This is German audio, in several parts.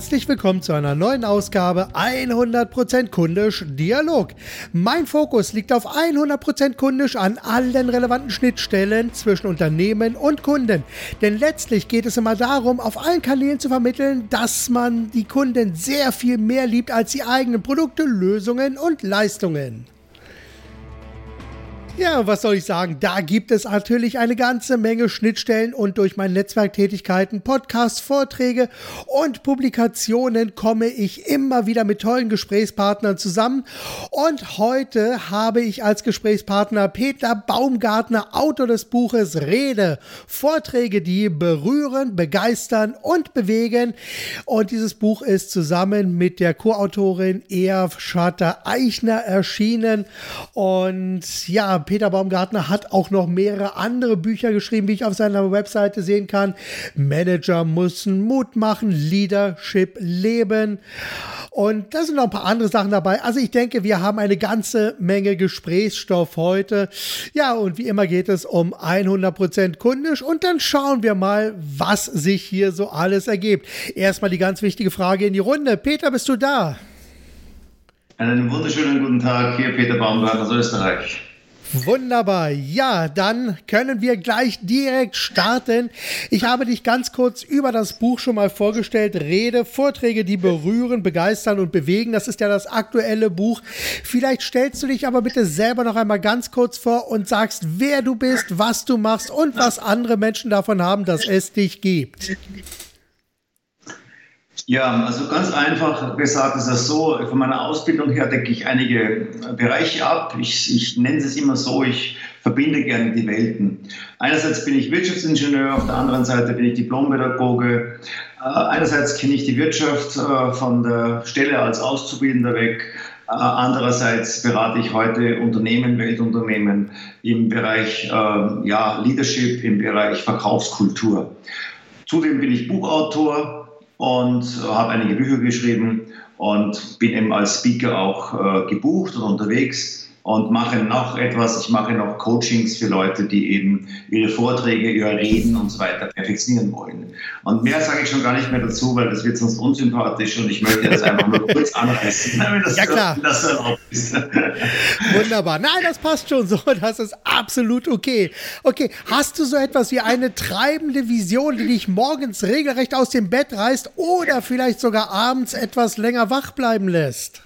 Herzlich willkommen zu einer neuen Ausgabe 100% kundisch Dialog. Mein Fokus liegt auf 100% kundisch an allen relevanten Schnittstellen zwischen Unternehmen und Kunden. Denn letztlich geht es immer darum, auf allen Kanälen zu vermitteln, dass man die Kunden sehr viel mehr liebt als die eigenen Produkte, Lösungen und Leistungen. Ja, was soll ich sagen? Da gibt es natürlich eine ganze Menge Schnittstellen und durch meine Netzwerktätigkeiten, Podcasts, Vorträge und Publikationen komme ich immer wieder mit tollen Gesprächspartnern zusammen. Und heute habe ich als Gesprächspartner Peter Baumgartner, Autor des Buches Rede, Vorträge, die berühren, begeistern und bewegen. Und dieses Buch ist zusammen mit der Co-Autorin Ea Schatter-Eichner erschienen. Und ja, Peter Baumgartner hat auch noch mehrere andere Bücher geschrieben, wie ich auf seiner Webseite sehen kann. Manager müssen Mut machen, Leadership leben. Und da sind noch ein paar andere Sachen dabei. Also ich denke, wir haben eine ganze Menge Gesprächsstoff heute. Ja, und wie immer geht es um 100% kundisch. Und dann schauen wir mal, was sich hier so alles ergibt. Erstmal die ganz wichtige Frage in die Runde. Peter, bist du da? Einen wunderschönen guten Tag, hier Peter Baumgartner aus Österreich. Wunderbar. Ja, dann können wir gleich direkt starten. Ich habe dich ganz kurz über das Buch schon mal vorgestellt. Rede, Vorträge, die berühren, begeistern und bewegen. Das ist ja das aktuelle Buch. Vielleicht stellst du dich aber bitte selber noch einmal ganz kurz vor und sagst, wer du bist, was du machst und was andere Menschen davon haben, dass es dich gibt. Ja, also ganz einfach gesagt ist das so, von meiner Ausbildung her decke ich einige Bereiche ab. Ich nenne es immer so, ich verbinde gerne die Welten. Einerseits bin ich Wirtschaftsingenieur, auf der anderen Seite bin ich Diplompädagoge. Einerseits kenne ich die Wirtschaft von der Stelle als Auszubildender weg. Andererseits berate ich heute Unternehmen, Weltunternehmen im Bereich Leadership, im Bereich Verkaufskultur. Zudem bin ich Buchautor und habe einige Bücher geschrieben und bin eben als Speaker auch gebucht und unterwegs und mache noch etwas. Ich mache noch Coachings für Leute, die eben ihre Vorträge, ihre Reden und so weiter perfektionieren wollen. Und mehr sage ich schon gar nicht mehr dazu, weil das wird sonst unsympathisch und ich möchte das einfach nur kurz anreißen, wenn das, ja, klar. Das erlaubt ist. Wunderbar. Nein, das passt schon so. Das ist absolut okay. Okay, hast du so etwas wie eine treibende Vision, die dich morgens regelrecht aus dem Bett reißt oder vielleicht sogar abends etwas länger wach bleiben lässt?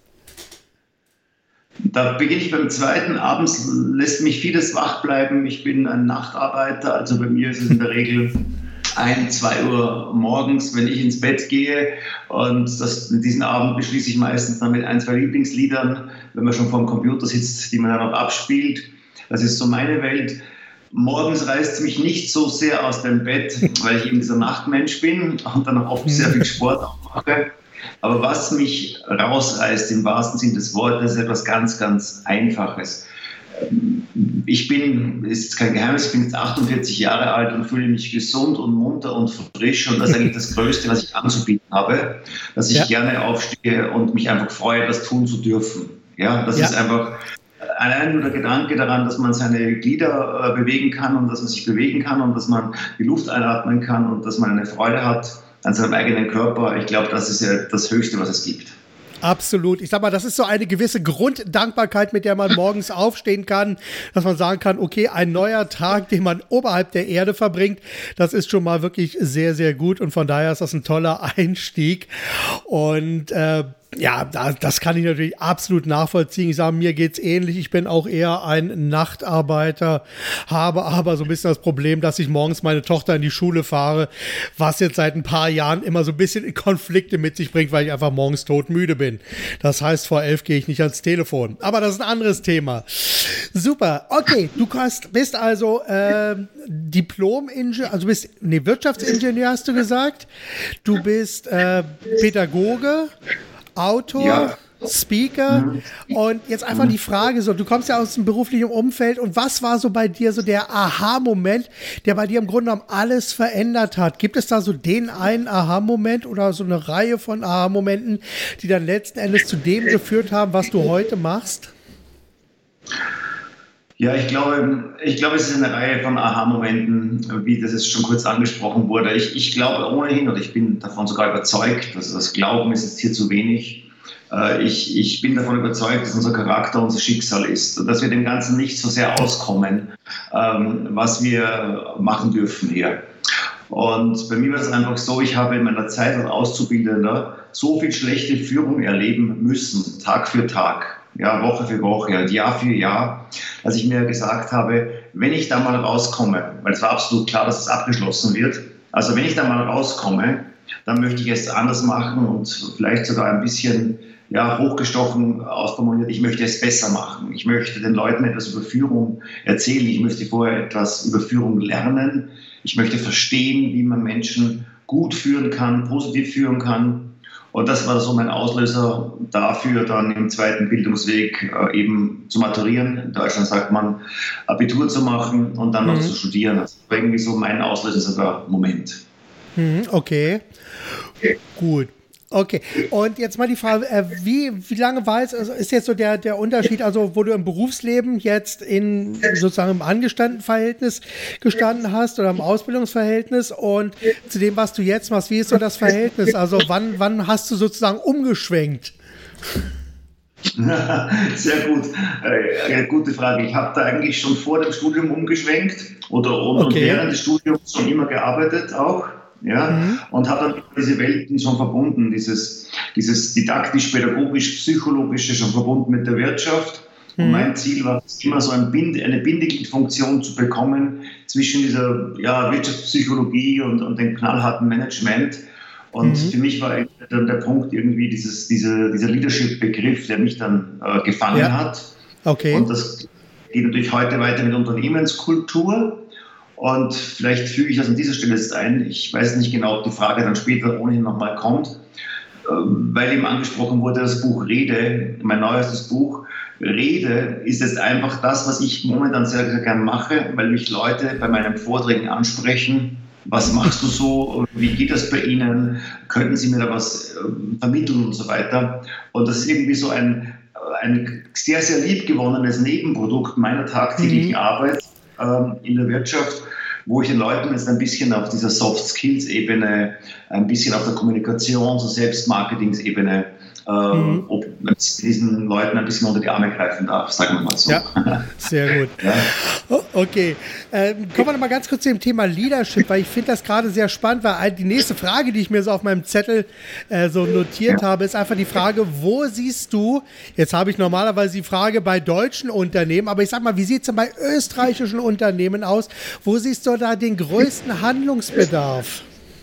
Da beginne ich beim zweiten. Abends lässt mich vieles wach bleiben. Ich bin ein Nachtarbeiter, also bei mir ist es in der Regel 1, 2 Uhr morgens, wenn ich ins Bett gehe. Und diesen Abend beschließe ich meistens dann mit 1, 2 Lieblingsliedern, wenn man schon vor dem Computer sitzt, die man dann auch abspielt. Das ist so meine Welt. Morgens reißt es mich nicht so sehr aus dem Bett, weil ich eben dieser Nachtmensch bin und dann auch oft sehr viel Sport auch mache. Aber was mich rausreißt, im wahrsten Sinne des Wortes, ist etwas ganz, ganz Einfaches. Ist kein Geheimnis, ich bin jetzt 48 Jahre alt und fühle mich gesund und munter und frisch. Und das ist eigentlich das Größte, was ich anzubieten habe, dass ich gerne aufstehe und mich einfach freue, das tun zu dürfen. Ja, das ist einfach allein nur der Gedanke daran, dass man seine Glieder bewegen kann und dass man sich bewegen kann und dass man die Luft einatmen kann und dass man eine Freude hat an seinem eigenen Körper. Ich glaube, das ist ja das Höchste, was es gibt. Absolut. Ich sag mal, das ist so eine gewisse Grunddankbarkeit, mit der man morgens aufstehen kann, dass man sagen kann, okay, ein neuer Tag, den man oberhalb der Erde verbringt, das ist schon mal wirklich sehr, sehr gut und von daher ist das ein toller Einstieg und ja, das kann ich natürlich absolut nachvollziehen. Ich sage, mir geht's ähnlich. Ich bin auch eher ein Nachtarbeiter, habe aber so ein bisschen das Problem, dass ich morgens meine Tochter in die Schule fahre, was jetzt seit ein paar Jahren immer so ein bisschen Konflikte mit sich bringt, weil ich einfach morgens todmüde bin. Das heißt, vor 11 gehe ich nicht ans Telefon. Aber das ist ein anderes Thema. Super. Okay, du bist also Diplom-Ingenieur, also Wirtschaftsingenieur hast du gesagt. Du bist Pädagoge, Autor, Speaker und jetzt einfach die Frage so, du kommst ja aus dem beruflichen Umfeld und was war so bei dir so der Aha-Moment, der bei dir im Grunde genommen alles verändert hat? Gibt es da so den einen Aha-Moment oder so eine Reihe von Aha-Momenten, die dann letzten Endes zu dem geführt haben, was du heute machst? Ja, ich glaube, es ist eine Reihe von Aha-Momenten, wie das jetzt schon kurz angesprochen wurde. Ich glaube ohnehin, oder ich bin davon sogar überzeugt, dass das Glauben ist jetzt hier zu wenig. Ich bin davon überzeugt, dass unser Charakter unser Schicksal ist und dass wir dem Ganzen nicht so sehr auskommen, was wir machen dürfen hier. Und bei mir war es einfach so, ich habe in meiner Zeit als Auszubildender so viel schlechte Führung erleben müssen, Tag für Tag, ja, Woche für Woche, Jahr für Jahr, dass ich mir gesagt habe, wenn ich da mal rauskomme, weil es war absolut klar, dass es abgeschlossen wird, also wenn ich da mal rauskomme, dann möchte ich es anders machen und vielleicht sogar ein bisschen hochgestochen ausformuliert, ich möchte es besser machen. Ich möchte den Leuten etwas über Führung erzählen, ich möchte vorher etwas über Führung lernen, ich möchte verstehen, wie man Menschen gut führen kann, positiv führen kann. Und das war so mein Auslöser dafür, dann im zweiten Bildungsweg eben zu maturieren. In Deutschland sagt man, Abitur zu machen und dann noch zu studieren. Das war irgendwie so mein Auslöser, Moment. Okay, gut. Okay, und jetzt mal die Frage, wie lange war es, also ist jetzt so der Unterschied, also wo du im Berufsleben jetzt sozusagen im Angestelltenverhältnis gestanden hast oder im Ausbildungsverhältnis und zu dem, was du jetzt machst, wie ist so das Verhältnis? Also wann hast du sozusagen umgeschwenkt? Sehr gut, gute Frage. Ich habe da eigentlich schon vor dem Studium umgeschwenkt und während des Studiums schon immer gearbeitet auch. Ja, und habe dann diese Welten schon verbunden, dieses didaktisch-pädagogisch-psychologische schon verbunden mit der Wirtschaft. Und mein Ziel war es immer so eine Bindegliedfunktion zu bekommen zwischen dieser Wirtschaftspsychologie und dem knallharten Management. Und für mich war dann der Punkt irgendwie dieser Leadership-Begriff, der mich dann gefangen hat. Okay. Und das geht natürlich heute weiter mit Unternehmenskultur. Und vielleicht füge ich das an dieser Stelle jetzt ein. Ich weiß nicht genau, ob die Frage dann später ohnehin nochmal kommt, weil eben angesprochen wurde, das Buch Rede, mein neuestes Buch. Rede ist jetzt einfach das, was ich momentan sehr, sehr gern mache, weil mich Leute bei meinen Vorträgen ansprechen. Was machst du so? Wie geht das bei Ihnen? Könnten Sie mir da was vermitteln und so weiter? Und das ist irgendwie so ein sehr, sehr liebgewonnenes Nebenprodukt meiner tagtäglichen Arbeit in der Wirtschaft, wo ich den Leuten jetzt ein bisschen auf dieser Soft-Skills-Ebene, ein bisschen auf der Kommunikations- und Selbstmarketingsebene, ob man diesen Leuten ein bisschen unter die Arme greifen darf, sagen wir mal so. Ja, sehr gut. Ja. Okay, kommen wir noch mal ganz kurz zu dem Thema Leadership, weil ich finde das gerade sehr spannend, weil die nächste Frage, die ich mir so auf meinem Zettel so notiert habe, ist einfach die Frage, wo siehst du, jetzt habe ich normalerweise die Frage bei deutschen Unternehmen, aber ich sag mal, wie sieht es denn bei österreichischen Unternehmen aus? Wo siehst du da den größten Handlungsbedarf?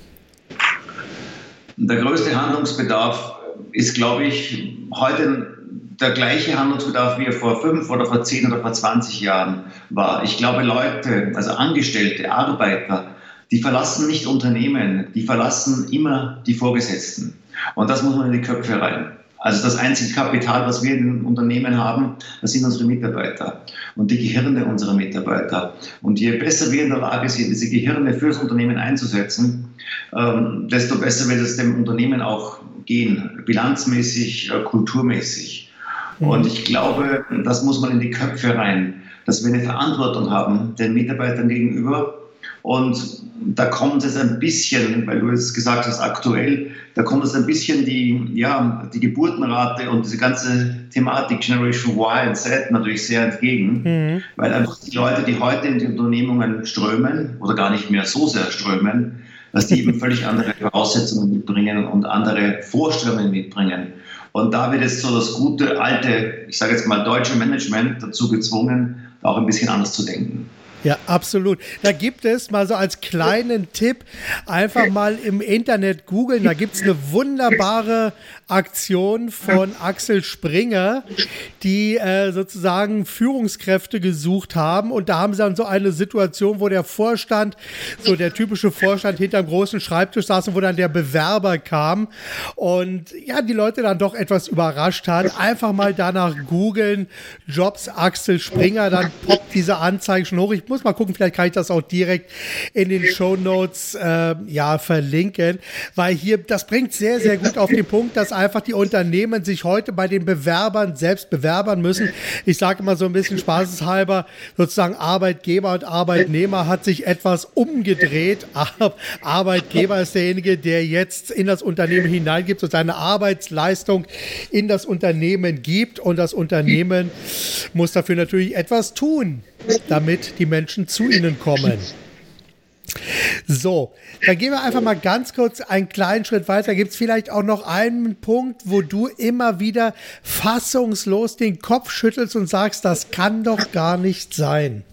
Der größte Handlungsbedarf ist, glaube ich, heute der gleiche Handlungsbedarf, wie er vor 5 oder vor 10 oder vor 20 Jahren war. Ich glaube, Leute, also Angestellte, Arbeiter, die verlassen nicht Unternehmen, die verlassen immer die Vorgesetzten. Und das muss man in die Köpfe rein. Also das einzige Kapital, was wir in den Unternehmen haben, das sind unsere Mitarbeiter und die Gehirne unserer Mitarbeiter. Und je besser wir in der Lage sind, diese Gehirne fürs Unternehmen einzusetzen, desto besser wird es dem Unternehmen auch gehen, bilanzmäßig, kulturmäßig. Und ich glaube, das muss man in die Köpfe rein, dass wir eine Verantwortung haben den Mitarbeitern gegenüber. Und da kommt es ein bisschen, weil du es gesagt hast, aktuell, da kommt es ein bisschen die Geburtenrate und diese ganze Thematik Generation Y und Z natürlich sehr entgegen, weil einfach die Leute, die heute in die Unternehmungen strömen oder gar nicht mehr so sehr strömen, dass die eben völlig andere Voraussetzungen mitbringen und andere Vorstellungen mitbringen. Und da wird jetzt so das gute, alte, ich sage jetzt mal deutsche Management dazu gezwungen, auch ein bisschen anders zu denken. Ja, absolut. Da gibt es mal so als kleinen Tipp, einfach mal im Internet googeln, da gibt es eine wunderbare Aktion von Axel Springer, die sozusagen Führungskräfte gesucht haben und da haben sie dann so eine Situation, wo der Vorstand, so der typische Vorstand hinterm großen Schreibtisch saß und wo dann der Bewerber kam und ja, die Leute dann doch etwas überrascht hat. Einfach mal danach googeln, Jobs Axel Springer, dann poppt diese Anzeigen schon hoch. Ich muss mal gucken, vielleicht kann ich das auch direkt in den Shownotes verlinken, weil hier, das bringt sehr, sehr gut auf den Punkt, dass einfach die Unternehmen sich heute bei den Bewerbern selbst bewerbern müssen. Ich sage immer so ein bisschen spaßeshalber, sozusagen Arbeitgeber und Arbeitnehmer hat sich etwas umgedreht. Arbeitgeber ist derjenige, der jetzt in das Unternehmen hineingibt und seine Arbeitsleistung in das Unternehmen gibt, und das Unternehmen muss dafür natürlich etwas tun, damit die Menschen zu ihnen kommen. So, dann gehen wir einfach mal ganz kurz einen kleinen Schritt weiter. Gibt es vielleicht auch noch einen Punkt, wo du immer wieder fassungslos den Kopf schüttelst und sagst, das kann doch gar nicht sein?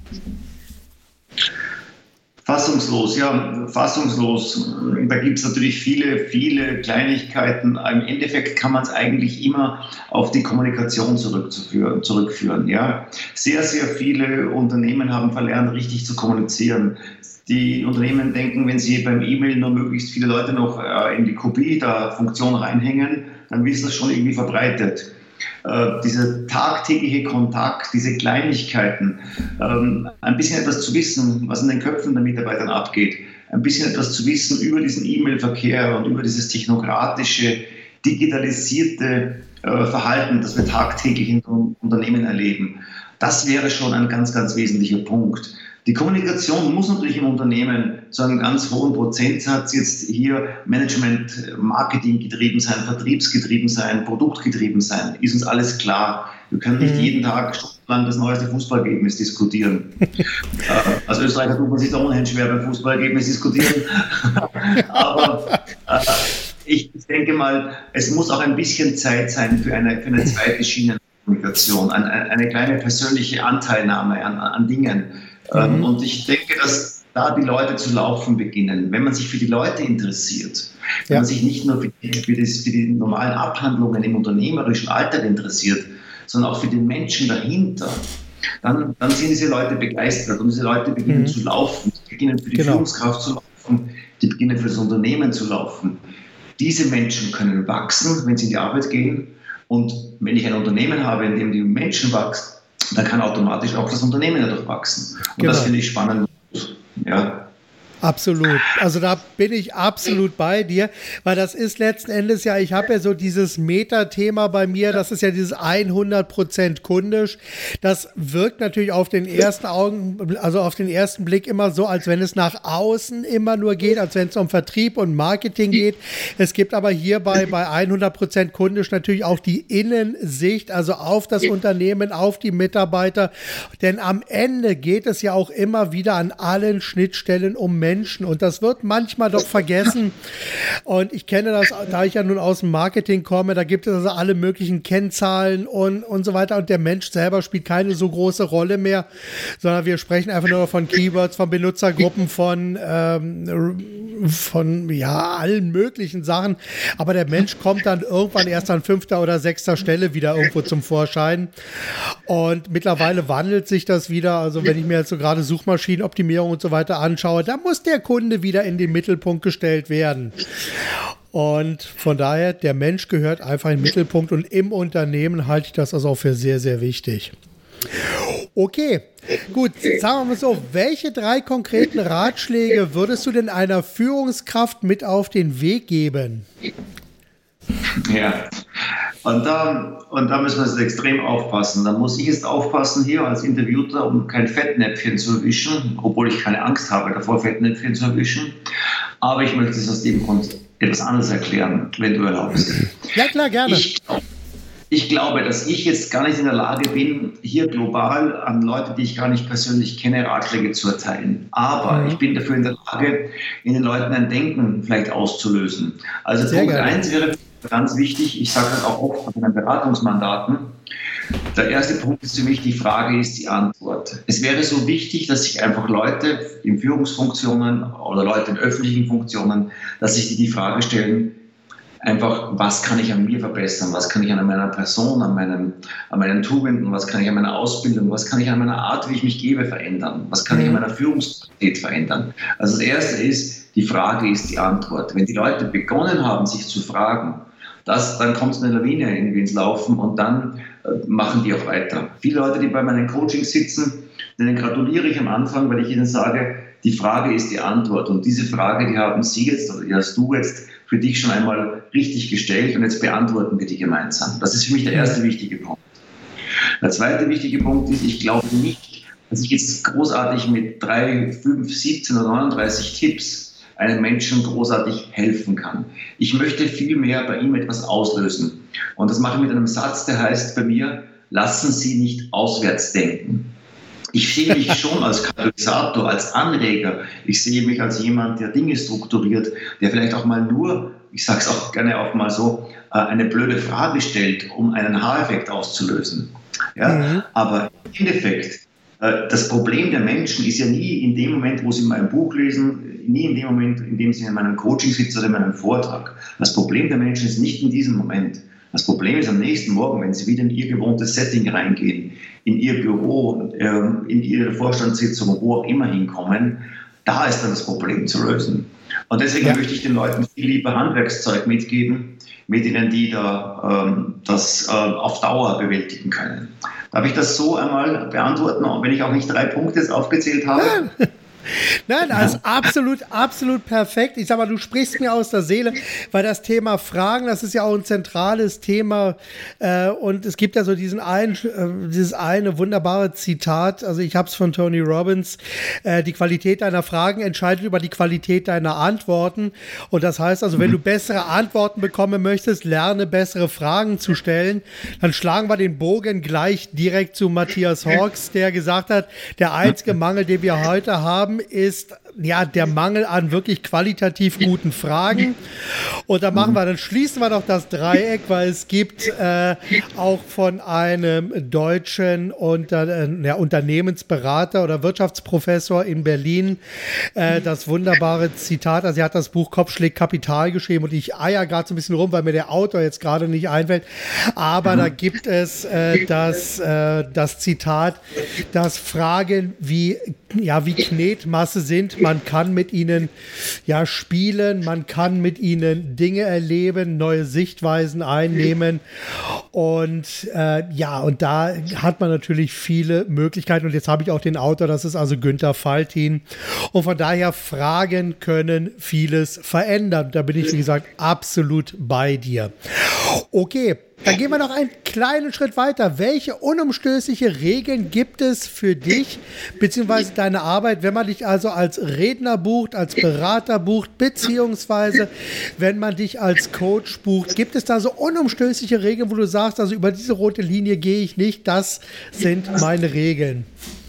Fassungslos, ja, fassungslos. Da gibt es natürlich viele, viele Kleinigkeiten. Im Endeffekt kann man es eigentlich immer auf die Kommunikation zurückführen. Ja. Sehr, sehr viele Unternehmen haben verlernt, richtig zu kommunizieren. Die Unternehmen denken, wenn sie beim E-Mail nur möglichst viele Leute noch in die Kopie der Funktion reinhängen, dann ist das schon irgendwie verbreitet. Dieser tagtägliche Kontakt, diese Kleinigkeiten, ein bisschen etwas zu wissen, was in den Köpfen der Mitarbeiter abgeht, ein bisschen etwas zu wissen über diesen E-Mail-Verkehr und über dieses technokratische, digitalisierte Verhalten, das wir tagtäglich in Unternehmen erleben. Das wäre schon ein ganz, ganz wesentlicher Punkt. Die Kommunikation muss natürlich im Unternehmen zu einem ganz hohen Prozentsatz jetzt hier Management, Marketing getrieben sein, vertriebsgetrieben sein, produktgetrieben sein. Ist uns alles klar. Wir können nicht jeden Tag stundenlang das neueste Fußballergebnis diskutieren. Als Österreicher tut man sich da ohnehin schwer beim Fußballergebnis diskutieren. Aber ich denke mal, es muss auch ein bisschen Zeit sein für eine zweite Schienenkommunikation, eine kleine persönliche Anteilnahme an Dingen. Und ich denke, dass da die Leute zu laufen beginnen, wenn man sich für die Leute interessiert, wenn man sich nicht nur für die normalen Abhandlungen im unternehmerischen Alltag interessiert, sondern auch für den Menschen dahinter, dann sind diese Leute begeistert und diese Leute beginnen zu laufen, die beginnen für die Führungskraft zu laufen, die beginnen für das Unternehmen zu laufen. Diese Menschen können wachsen, wenn sie in die Arbeit gehen, und wenn ich ein Unternehmen habe, in dem die Menschen wachsen, dann kann automatisch auch das Unternehmen dadurch wachsen. Und das finde ich spannend. Ja. Absolut. Also da bin ich absolut bei dir, weil das ist letzten Endes ja, ich habe ja so dieses Meta-Thema bei mir, das ist ja dieses 100% kundisch. Das wirkt natürlich auf den ersten auf den ersten Blick immer so, als wenn es nach außen immer nur geht, als wenn es um Vertrieb und Marketing geht. Es gibt aber hier bei 100% kundisch natürlich auch die Innensicht, also auf das Unternehmen, auf die Mitarbeiter. Denn am Ende geht es ja auch immer wieder an allen Schnittstellen um Menschen. Und das wird manchmal doch vergessen. Und ich kenne das, da ich ja nun aus dem Marketing komme, da gibt es also alle möglichen Kennzahlen und so weiter. Und der Mensch selber spielt keine so große Rolle mehr, sondern wir sprechen einfach nur von Keywords, von Benutzergruppen, von allen möglichen Sachen. Aber der Mensch kommt dann irgendwann erst an 5. oder 6. Stelle wieder irgendwo zum Vorschein. Und mittlerweile wandelt sich das wieder. Also wenn ich mir jetzt so gerade Suchmaschinenoptimierung und so weiter anschaue, da muss der Kunde wieder in den Mittelpunkt gestellt werden. Und von daher, der Mensch gehört einfach in den Mittelpunkt, und im Unternehmen halte ich das also auch für sehr, sehr wichtig. Okay, gut, sagen wir mal so, welche 3 konkreten Ratschläge würdest du denn einer Führungskraft mit auf den Weg geben? Ja, und da müssen wir jetzt extrem aufpassen. Da muss ich jetzt aufpassen hier als Interviewter, um kein Fettnäpfchen zu erwischen, obwohl ich keine Angst habe davor, Fettnäpfchen zu erwischen. Aber ich möchte es aus dem Grund etwas anderes erklären, wenn du erlaubst. Ja, klar, gerne. Ich glaube, dass ich jetzt gar nicht in der Lage bin, hier global an Leute, die ich gar nicht persönlich kenne, Ratschläge zu erteilen. Aber ich bin dafür in der Lage, in den Leuten ein Denken vielleicht auszulösen. Also sehr Punkt 1 wäre ganz wichtig, ich sage das auch oft bei meinen Beratungsmandaten, der erste Punkt ist für mich, die Frage ist die Antwort. Es wäre so wichtig, dass sich einfach Leute in Führungsfunktionen oder Leute in öffentlichen Funktionen, dass sich die Frage stellen, einfach, was kann ich an mir verbessern, was kann ich an meiner Person, an meinen Tugenden, was kann ich an meiner Ausbildung, was kann ich an meiner Art, wie ich mich gebe, verändern, was kann ich an meiner Führungsqualität verändern. Also das Erste ist, die Frage ist die Antwort. Wenn die Leute begonnen haben, sich zu fragen, dann kommt eine Lawine irgendwie ins Laufen, und dann machen die auch weiter. Viele Leute, die bei meinen Coachings sitzen, denen gratuliere ich am Anfang, weil ich ihnen sage, die Frage ist die Antwort. Und diese Frage, die haben Sie jetzt oder die hast du jetzt für dich schon einmal richtig gestellt und jetzt beantworten wir die gemeinsam. Das ist für mich der erste wichtige Punkt. Der zweite wichtige Punkt ist, ich glaube nicht, dass ich jetzt großartig mit 3, 5, 17 oder 39 Tipps einem Menschen großartig helfen kann. Ich möchte vielmehr bei ihm etwas auslösen. Und das mache ich mit einem Satz, der heißt bei mir, lassen Sie nicht auswärts denken. Ich sehe mich schon als Katalysator, als Anreger. Ich sehe mich als jemand, der Dinge strukturiert, der vielleicht auch mal nur, ich sage es auch gerne auch mal so, eine blöde Frage stellt, um einen Haareffekt auszulösen. Ja? Aber im Endeffekt, das Problem der Menschen ist ja nie in dem Moment, wo sie mein Buch lesen, nie in dem Moment, in dem sie in meinem Coaching sitzen oder in meinem Vortrag. Das Problem der Menschen ist nicht in diesem Moment. Das Problem ist am nächsten Morgen, wenn Sie wieder in Ihr gewohntes Setting reingehen, in Ihr Büro, in Ihre Vorstandssitzung, wo auch immer hinkommen, da ist dann das Problem zu lösen. Und deswegen möchte ich den Leuten viel lieber Handwerkszeug mitgeben, mit denen die da das auf Dauer bewältigen können. Darf ich das so einmal beantworten, wenn ich auch nicht 3 Punkte jetzt aufgezählt habe? Nein, also absolut perfekt. Ich sag mal, du sprichst mir aus der Seele, weil das Thema Fragen, das ist ja auch ein zentrales Thema. Und es gibt ja so dieses eine wunderbare Zitat, also ich habe es von Tony Robbins, die Qualität deiner Fragen entscheidet über die Qualität deiner Antworten. Und das heißt also, wenn du bessere Antworten bekommen möchtest, lerne bessere Fragen zu stellen. Dann schlagen wir den Bogen gleich direkt zu Matthias Hawkes, der gesagt hat, der einzige Mangel, den wir heute haben, ist ja der Mangel an wirklich qualitativ guten Fragen. Und dann schließen wir doch das Dreieck, weil es gibt auch von einem deutschen Unternehmensberater oder Wirtschaftsprofessor in Berlin das wunderbare Zitat, also er hat das Buch Kopf schlägt Kapital geschrieben und ich eier gerade so ein bisschen rum, weil mir der Autor jetzt gerade nicht einfällt, aber da gibt es das Zitat, dass Fragen wie Knetmasse sind. Man kann mit ihnen spielen, man kann mit ihnen Dinge erleben, neue Sichtweisen einnehmen und und da hat man natürlich viele Möglichkeiten und jetzt habe ich auch den Autor, das ist also Günther Faltin und von daher Fragen können vieles verändern. Da bin ich, wie gesagt, absolut bei dir. Okay. Dann gehen wir noch einen kleinen Schritt weiter. Welche unumstößliche Regeln gibt es für dich beziehungsweise deine Arbeit, wenn man dich also als Redner bucht, als Berater bucht, beziehungsweise wenn man dich als Coach bucht? Gibt es da so unumstößliche Regeln, wo du sagst, also über diese rote Linie gehe ich nicht, das sind meine Regeln?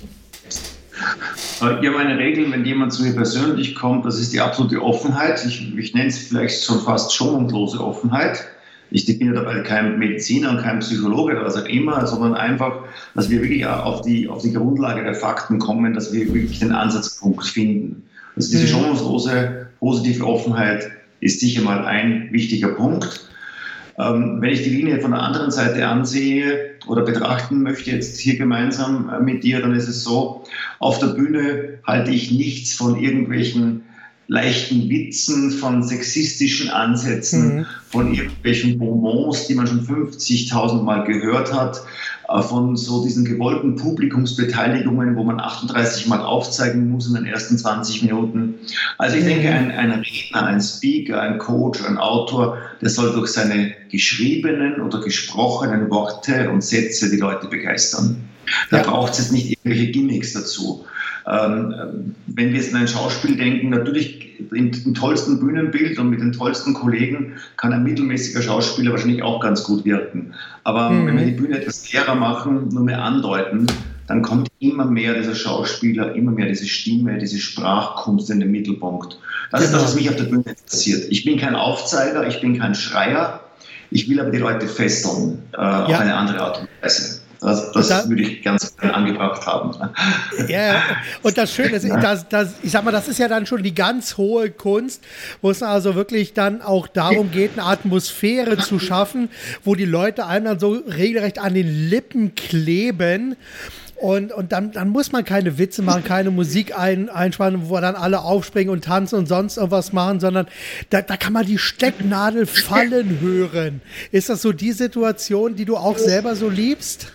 Ja, meine Regeln, wenn jemand zu mir persönlich kommt, das ist die absolute Offenheit. Ich nenne es vielleicht schon fast schonungslose Offenheit. Ich bin ja dabei kein Mediziner und kein Psychologe oder was auch immer, sondern einfach, dass wir wirklich auf die Grundlage der Fakten kommen, dass wir wirklich den Ansatzpunkt finden. Also diese schonungslose, positive Offenheit ist sicher mal ein wichtiger Punkt. Wenn ich die Linie von der anderen Seite ansehe oder betrachten möchte jetzt hier gemeinsam mit dir, dann ist es so, auf der Bühne halte ich nichts von irgendwelchen leichten Witzen, von sexistischen Ansätzen, von irgendwelchen Bonbons, die man schon 50.000 Mal gehört hat, von so diesen gewollten Publikumsbeteiligungen, wo man 38 Mal aufzeigen muss in den ersten 20 Minuten. Also ich denke, ein Redner, ein Speaker, ein Coach, ein Autor, der soll durch seine geschriebenen oder gesprochenen Worte und Sätze die Leute begeistern. Da braucht es jetzt nicht irgendwelche Gimmicks dazu. Wenn wir jetzt an ein Schauspiel denken, natürlich im tollsten Bühnenbild und mit den tollsten Kollegen kann ein mittelmäßiger Schauspieler wahrscheinlich auch ganz gut wirken. Aber wenn wir die Bühne etwas leerer machen, nur mehr andeuten, dann kommt immer mehr dieser Schauspieler, immer mehr diese Stimme, diese Sprachkunst in den Mittelpunkt. Das ist das, was mich auf der Bühne interessiert. Ich bin kein Aufzeiger, ich bin kein Schreier, ich will aber die Leute fesseln auf eine andere Art und Weise. Das würde ich ganz gerne angebracht haben. Ja, und das Schöne ist, ich sag mal, das ist ja dann schon die ganz hohe Kunst, wo es also wirklich dann auch darum geht, eine Atmosphäre zu schaffen, wo die Leute einem dann so regelrecht an den Lippen kleben. Und dann muss man keine Witze machen, keine Musik einspannen, wo dann alle aufspringen und tanzen und sonst irgendwas machen, sondern da kann man die Stecknadel fallen hören. Ist das so die Situation, die du auch selber so liebst?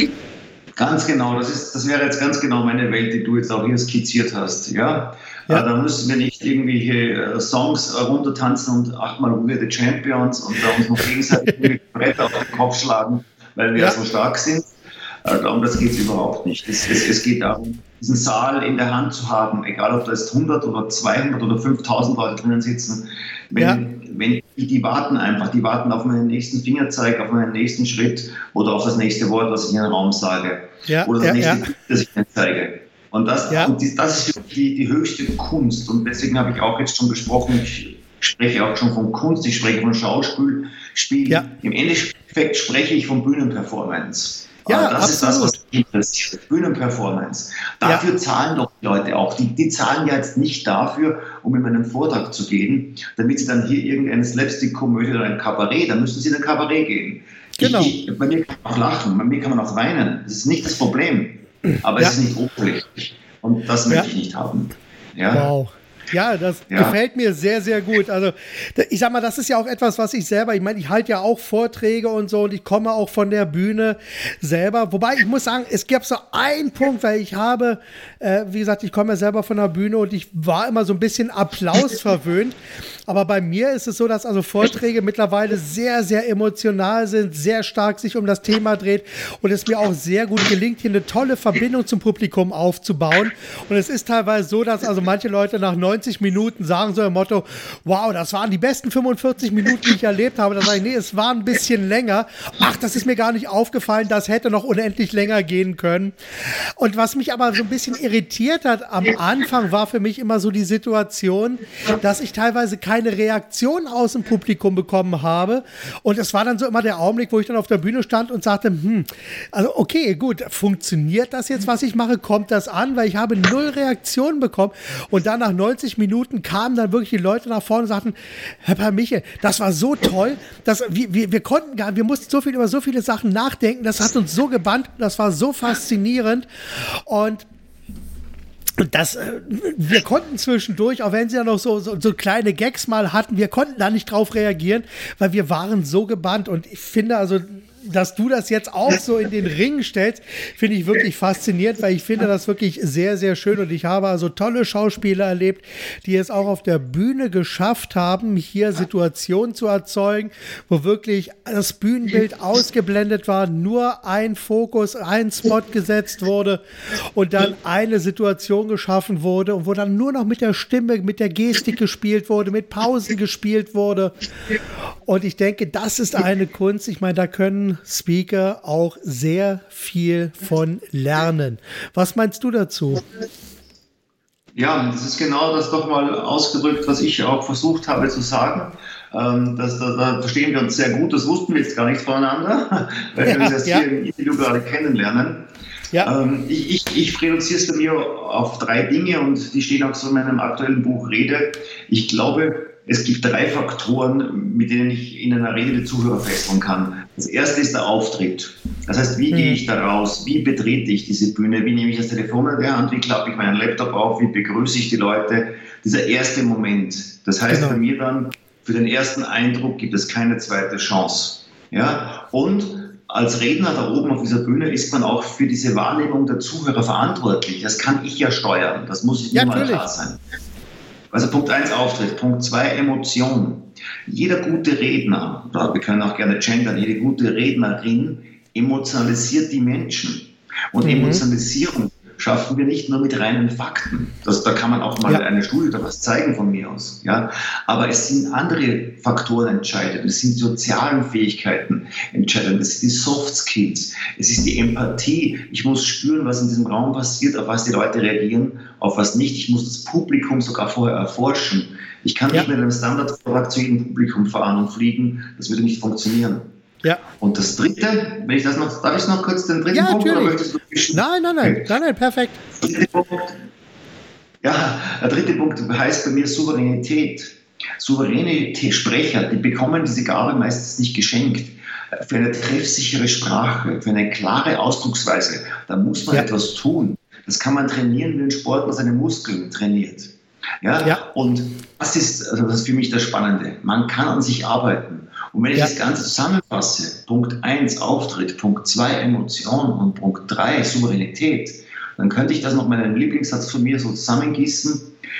Ganz genau, das wäre jetzt ganz genau meine Welt, die du jetzt auch hier skizziert hast. Ja? Da müssen wir nicht irgendwelche Songs runtertanzen und 8-mal We Are the Champions und da uns noch gegenseitig mit Bretter auf den Kopf schlagen, weil wir so stark sind. Darum das geht es überhaupt nicht. Es geht darum, diesen Saal in der Hand zu haben, egal ob da jetzt 100 oder 200 oder 5000 Leute drinnen sitzen. Wenn die warten einfach, die warten auf meinen nächsten Fingerzeig, auf meinen nächsten Schritt oder auf das nächste Wort, was ich in den Raum sage. Oder das nächste Bild, das ich ihnen zeige. Und das ist die höchste Kunst. Und deswegen habe ich auch jetzt schon gesprochen, ich spreche auch schon von Kunst, ich spreche von Schauspiel. Im Endeffekt spreche ich von Bühnenperformance. Ja, das ist das, was mich interessiert. Bühnenperformance. Dafür zahlen doch die Leute auch. Die zahlen ja jetzt nicht dafür, um in meinen Vortrag zu gehen, damit sie dann hier irgendeine Slapstick-Komödie oder ein Kabarett, dann müssen sie in ein Kabarett gehen. Genau. Bei mir kann man auch lachen, bei mir kann man auch weinen. Das ist nicht das Problem. Aber es ist nicht oberflächlich. Und das möchte ich nicht haben. Ja? Wow. Ja, das gefällt mir sehr, sehr gut. Also ich sag mal, das ist ja auch etwas, was ich selber, ich meine, ich halte ja auch Vorträge und so und ich komme auch von der Bühne selber. Wobei ich muss sagen, es gibt so einen Punkt, weil ich habe, wie gesagt, ich komme ja selber von der Bühne und ich war immer so ein bisschen Applaus verwöhnt. Aber bei mir ist es so, dass also Vorträge mittlerweile sehr, sehr emotional sind, sehr stark sich um das Thema dreht und es mir auch sehr gut gelingt, hier eine tolle Verbindung zum Publikum aufzubauen. Und es ist teilweise so, dass also manche Leute nach 90 Minuten sagen so im Motto, wow, das waren die besten 45 Minuten, die ich erlebt habe. Da sage ich, nee, es war ein bisschen länger. Ach, das ist mir gar nicht aufgefallen, das hätte noch unendlich länger gehen können. Und was mich aber so ein bisschen irritiert hat am Anfang, war für mich immer so die Situation, dass ich teilweise keine Reaktion aus dem Publikum bekommen habe. Und es war dann so immer der Augenblick, wo ich dann auf der Bühne stand und sagte, also okay, gut, funktioniert das jetzt, was ich mache? Kommt das an? Weil ich habe 0 Reaktionen bekommen. Und dann nach 90 Minuten kamen dann wirklich die Leute nach vorne und sagten, Herr Michel, das war so toll, dass wir mussten über so viele Sachen nachdenken, das hat uns so gebannt, das war so faszinierend und wir konnten zwischendurch, auch wenn sie ja noch so kleine Gags mal hatten, wir konnten da nicht drauf reagieren, weil wir waren so gebannt und ich finde also, dass du das jetzt auch so in den Ring stellst, finde ich wirklich faszinierend, weil ich finde das wirklich sehr, sehr schön und ich habe also tolle Schauspieler erlebt, die es auch auf der Bühne geschafft haben, hier Situationen zu erzeugen, wo wirklich das Bühnenbild ausgeblendet war, nur ein Fokus, ein Spot gesetzt wurde und dann eine Situation geschaffen wurde und wo dann nur noch mit der Stimme, mit der Gestik gespielt wurde, mit Pausen gespielt wurde und ich denke, das ist eine Kunst, ich meine, da können Speaker auch sehr viel von lernen. Was meinst du dazu? Ja, das ist genau das doch mal ausgedrückt, was ich auch versucht habe zu sagen. Da verstehen wir uns sehr gut, das wussten wir jetzt gar nicht voneinander, weil wir uns erst hier im Interview gerade kennenlernen. Ja. Ich reduziere es bei mir auf 3 Dinge und die stehen auch so in meinem aktuellen Buch Rede. Ich glaube, es gibt 3 Faktoren, mit denen ich in einer Rede die Zuhörer fesseln kann. Das erste ist der Auftritt. Das heißt, wie gehe ich da raus? Wie betrete ich diese Bühne? Wie nehme ich das Telefon in der Hand? Wie klappe ich meinen Laptop auf? Wie begrüße ich die Leute? Dieser erste Moment. Das heißt bei mir dann, für den ersten Eindruck gibt es keine zweite Chance. Ja? Und als Redner da oben auf dieser Bühne ist man auch für diese Wahrnehmung der Zuhörer verantwortlich. Das kann ich ja steuern. Das muss mir mal klar sein. Also Punkt 1 Auftritt, Punkt 2 Emotion. Jeder gute Redner, oder wir können auch gerne gendern, jede gute Rednerin emotionalisiert die Menschen. Und Emotionalisierung schaffen wir nicht nur mit reinen Fakten. Da kann man auch mal eine Studie oder was zeigen von mir aus. Ja? Aber es sind andere Faktoren entscheidend. Es sind die sozialen Fähigkeiten entscheidend. Es sind die Soft Skills. Es ist die Empathie. Ich muss spüren, was in diesem Raum passiert, auf was die Leute reagieren, auf was nicht. Ich muss das Publikum sogar vorher erforschen. Ich kann nicht mit einem Standardvortrag zu jedem Publikum fahren und fliegen. Das würde nicht funktionieren. Ja. Und das dritte, wenn ich das noch, darf ich noch kurz den dritten Punkt? Natürlich. Oder möchtest du Nein, perfekt. Der dritte Punkt heißt bei mir Souveränität. Souveräne Sprecher, die bekommen diese Gabe meistens nicht geschenkt. für eine treffsichere Sprache, für eine klare Ausdrucksweise. Da muss man etwas tun. Das kann man trainieren, wie ein Sportler seine Muskeln trainiert. Ja? Und das ist für mich das Spannende. Man kann an sich arbeiten. Und wenn ich das Ganze zusammenfasse, Punkt 1 Auftritt, Punkt 2 Emotion und Punkt 3 Souveränität, dann könnte ich das noch mit einem Lieblingssatz von mir so zusammengießen.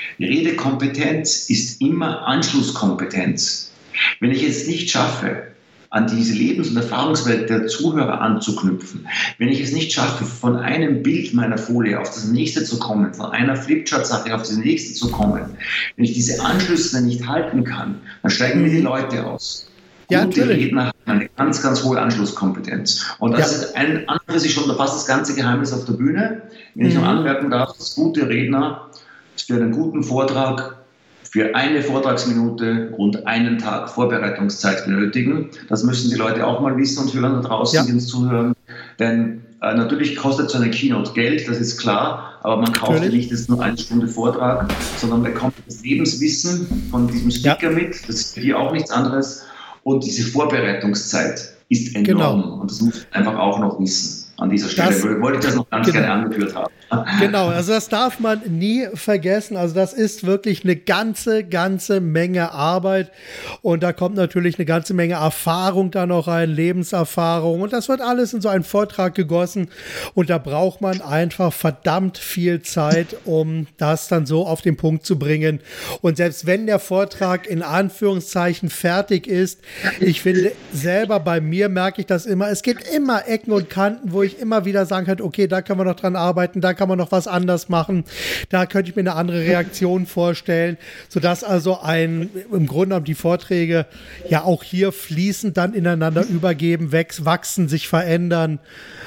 Redekompetenz ist immer Anschlusskompetenz. Wenn ich es nicht schaffe, an diese Lebens- und Erfahrungswelt der Zuhörer anzuknüpfen, wenn ich es nicht schaffe, von einem Bild meiner Folie auf das nächste zu kommen, von einer Flipchart-Sache auf das nächste zu kommen, wenn ich diese Anschlüsse nicht halten kann, dann steigen mir die Leute aus. Gute Redner haben eine ganz, ganz hohe Anschlusskompetenz. Und das ist ein anderes, schon fast das ganze Geheimnis auf der Bühne. Wenn ich noch anmerken darf, dass gute Redner für einen guten Vortrag für eine Vortragsminute rund einen Tag Vorbereitungszeit benötigen. Das müssen die Leute auch mal wissen und hören da draußen, die uns zuhören. Denn natürlich kostet so eine Keynote Geld, das ist klar, aber man kauft ja nicht jetzt nur eine Stunde Vortrag, sondern man bekommt das Lebenswissen von diesem Speaker mit. Das ist für die auch nichts anderes. Und diese Vorbereitungszeit ist enorm. Und das muss man einfach auch noch wissen. An dieser Stelle wollte ich das noch ganz gerne angeführt haben. Genau, also das darf man nie vergessen. Also das ist wirklich eine ganze Menge Arbeit und da kommt natürlich eine ganze Menge Erfahrung da noch rein, Lebenserfahrung und das wird alles in so einen Vortrag gegossen und da braucht man einfach verdammt viel Zeit, um das dann so auf den Punkt zu bringen. Und selbst wenn der Vortrag in Anführungszeichen fertig ist, ich finde selber bei mir merke ich das immer, es gibt immer Ecken und Kanten, wo ich immer wieder sagen kann, okay, da können wir noch dran arbeiten, da kann man noch was anders machen, da könnte ich mir eine andere Reaktion vorstellen, sodass also im Grunde genommen die Vorträge ja auch hier fließend dann ineinander übergeben, wachsen, sich verändern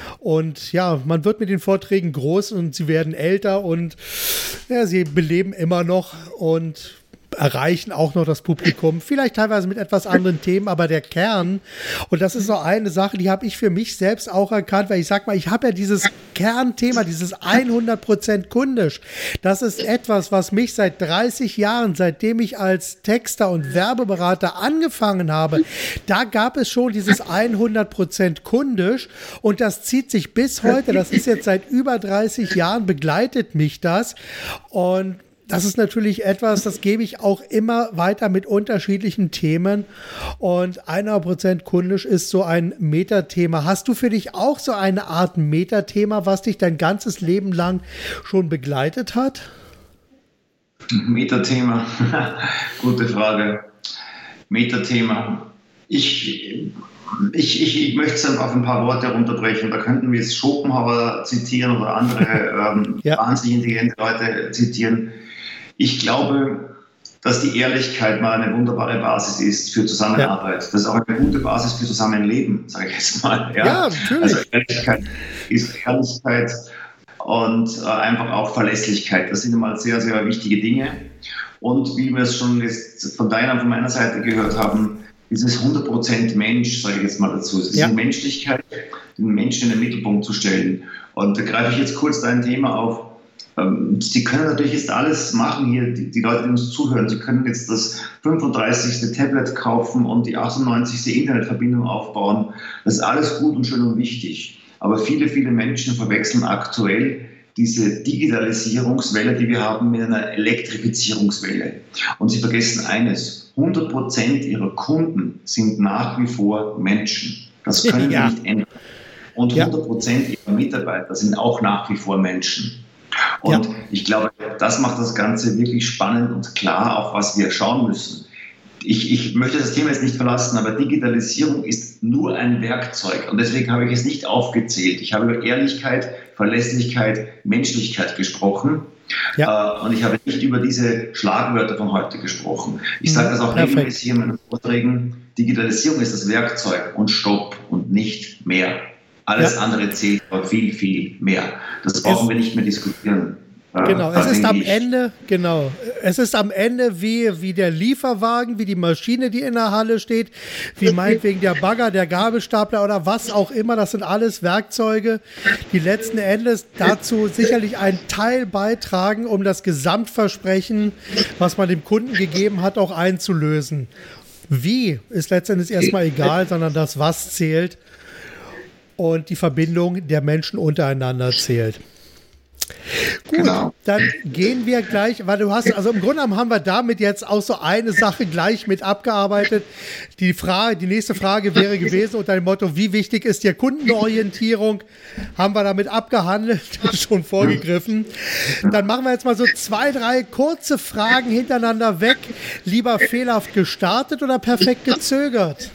und ja, man wird mit den Vorträgen groß und sie werden älter und ja, sie beleben immer noch und erreichen auch noch das Publikum, vielleicht teilweise mit etwas anderen Themen, aber der Kern, und das ist so eine Sache, die habe ich für mich selbst auch erkannt, weil ich sag mal, ich habe ja dieses Kernthema, dieses 100% kundisch, das ist etwas, was mich seit 30 Jahren, seitdem ich als Texter und Werbeberater angefangen habe, da gab es schon dieses 100% kundisch und das zieht sich bis heute, das ist jetzt seit über 30 Jahren, begleitet mich das und das ist natürlich etwas, das gebe ich auch immer weiter mit unterschiedlichen Themen und 100% kundisch ist so ein Metathema. Hast du für dich auch so eine Art Metathema, was dich dein ganzes Leben lang schon begleitet hat? Metathema, gute Frage. Metathema. Ich möchte es einfach auf ein paar Worte runterbrechen. Da könnten wir jetzt Schopenhauer zitieren oder andere wahnsinnig intelligente Leute zitieren. Ich glaube, dass die Ehrlichkeit mal eine wunderbare Basis ist für Zusammenarbeit. Das ist auch eine gute Basis für Zusammenleben, sage ich jetzt mal. Ja, natürlich. Also Ehrlichkeit ist Ehrlichkeit und einfach auch Verlässlichkeit. Das sind einmal sehr, sehr wichtige Dinge. Und wie wir es schon jetzt von meiner Seite gehört haben, dieses 100% Mensch, sage ich jetzt mal dazu. Es ist die Menschlichkeit, den Menschen in den Mittelpunkt zu stellen. Und da greife ich jetzt kurz dein Thema auf. Sie können natürlich jetzt alles machen hier, die Leute, die uns zuhören. Sie können jetzt das 35. Tablet kaufen und die 98. Internetverbindung aufbauen. Das ist alles gut und schön und wichtig. Aber viele Menschen verwechseln aktuell diese Digitalisierungswelle, die wir haben, mit einer Elektrifizierungswelle. Und sie vergessen eines: 100% ihrer Kunden sind nach wie vor Menschen. Das können wir nicht ändern. Und 100% ihrer Mitarbeiter sind auch nach wie vor Menschen. Und ich glaube, das macht das Ganze wirklich spannend und klar, auf was wir schauen müssen. Ich möchte das Thema jetzt nicht verlassen, aber Digitalisierung ist nur ein Werkzeug und deswegen habe ich es nicht aufgezählt. Ich habe über Ehrlichkeit, Verlässlichkeit, Menschlichkeit gesprochen und ich habe nicht über diese Schlagwörter von heute gesprochen. Ich sage das auch regelmäßig in meinen Vorträgen: Digitalisierung ist das Werkzeug und Stopp und nicht mehr. Alles andere zählt aber viel, viel mehr. Das brauchen wir nicht mehr diskutieren. Genau, es ist am Ende wie der Lieferwagen, wie die Maschine, die in der Halle steht, wie meinetwegen der Bagger, der Gabelstapler oder was auch immer. Das sind alles Werkzeuge, die letzten Endes dazu sicherlich einen Teil beitragen, um das Gesamtversprechen, was man dem Kunden gegeben hat, auch einzulösen. Wie ist letztendlich erstmal egal, sondern das Was zählt und die Verbindung der Menschen untereinander zählt. Gut, genau. Dann gehen wir gleich, weil du hast, also im Grunde genommen haben wir damit jetzt auch so eine Sache gleich mit abgearbeitet. Die nächste Frage wäre gewesen unter dem Motto, wie wichtig ist dir Kundenorientierung? Haben wir damit abgehandelt, schon vorgegriffen. Dann machen wir jetzt mal so 2, 3 kurze Fragen hintereinander weg. Lieber fehlerhaft gestartet oder perfekt gezögert?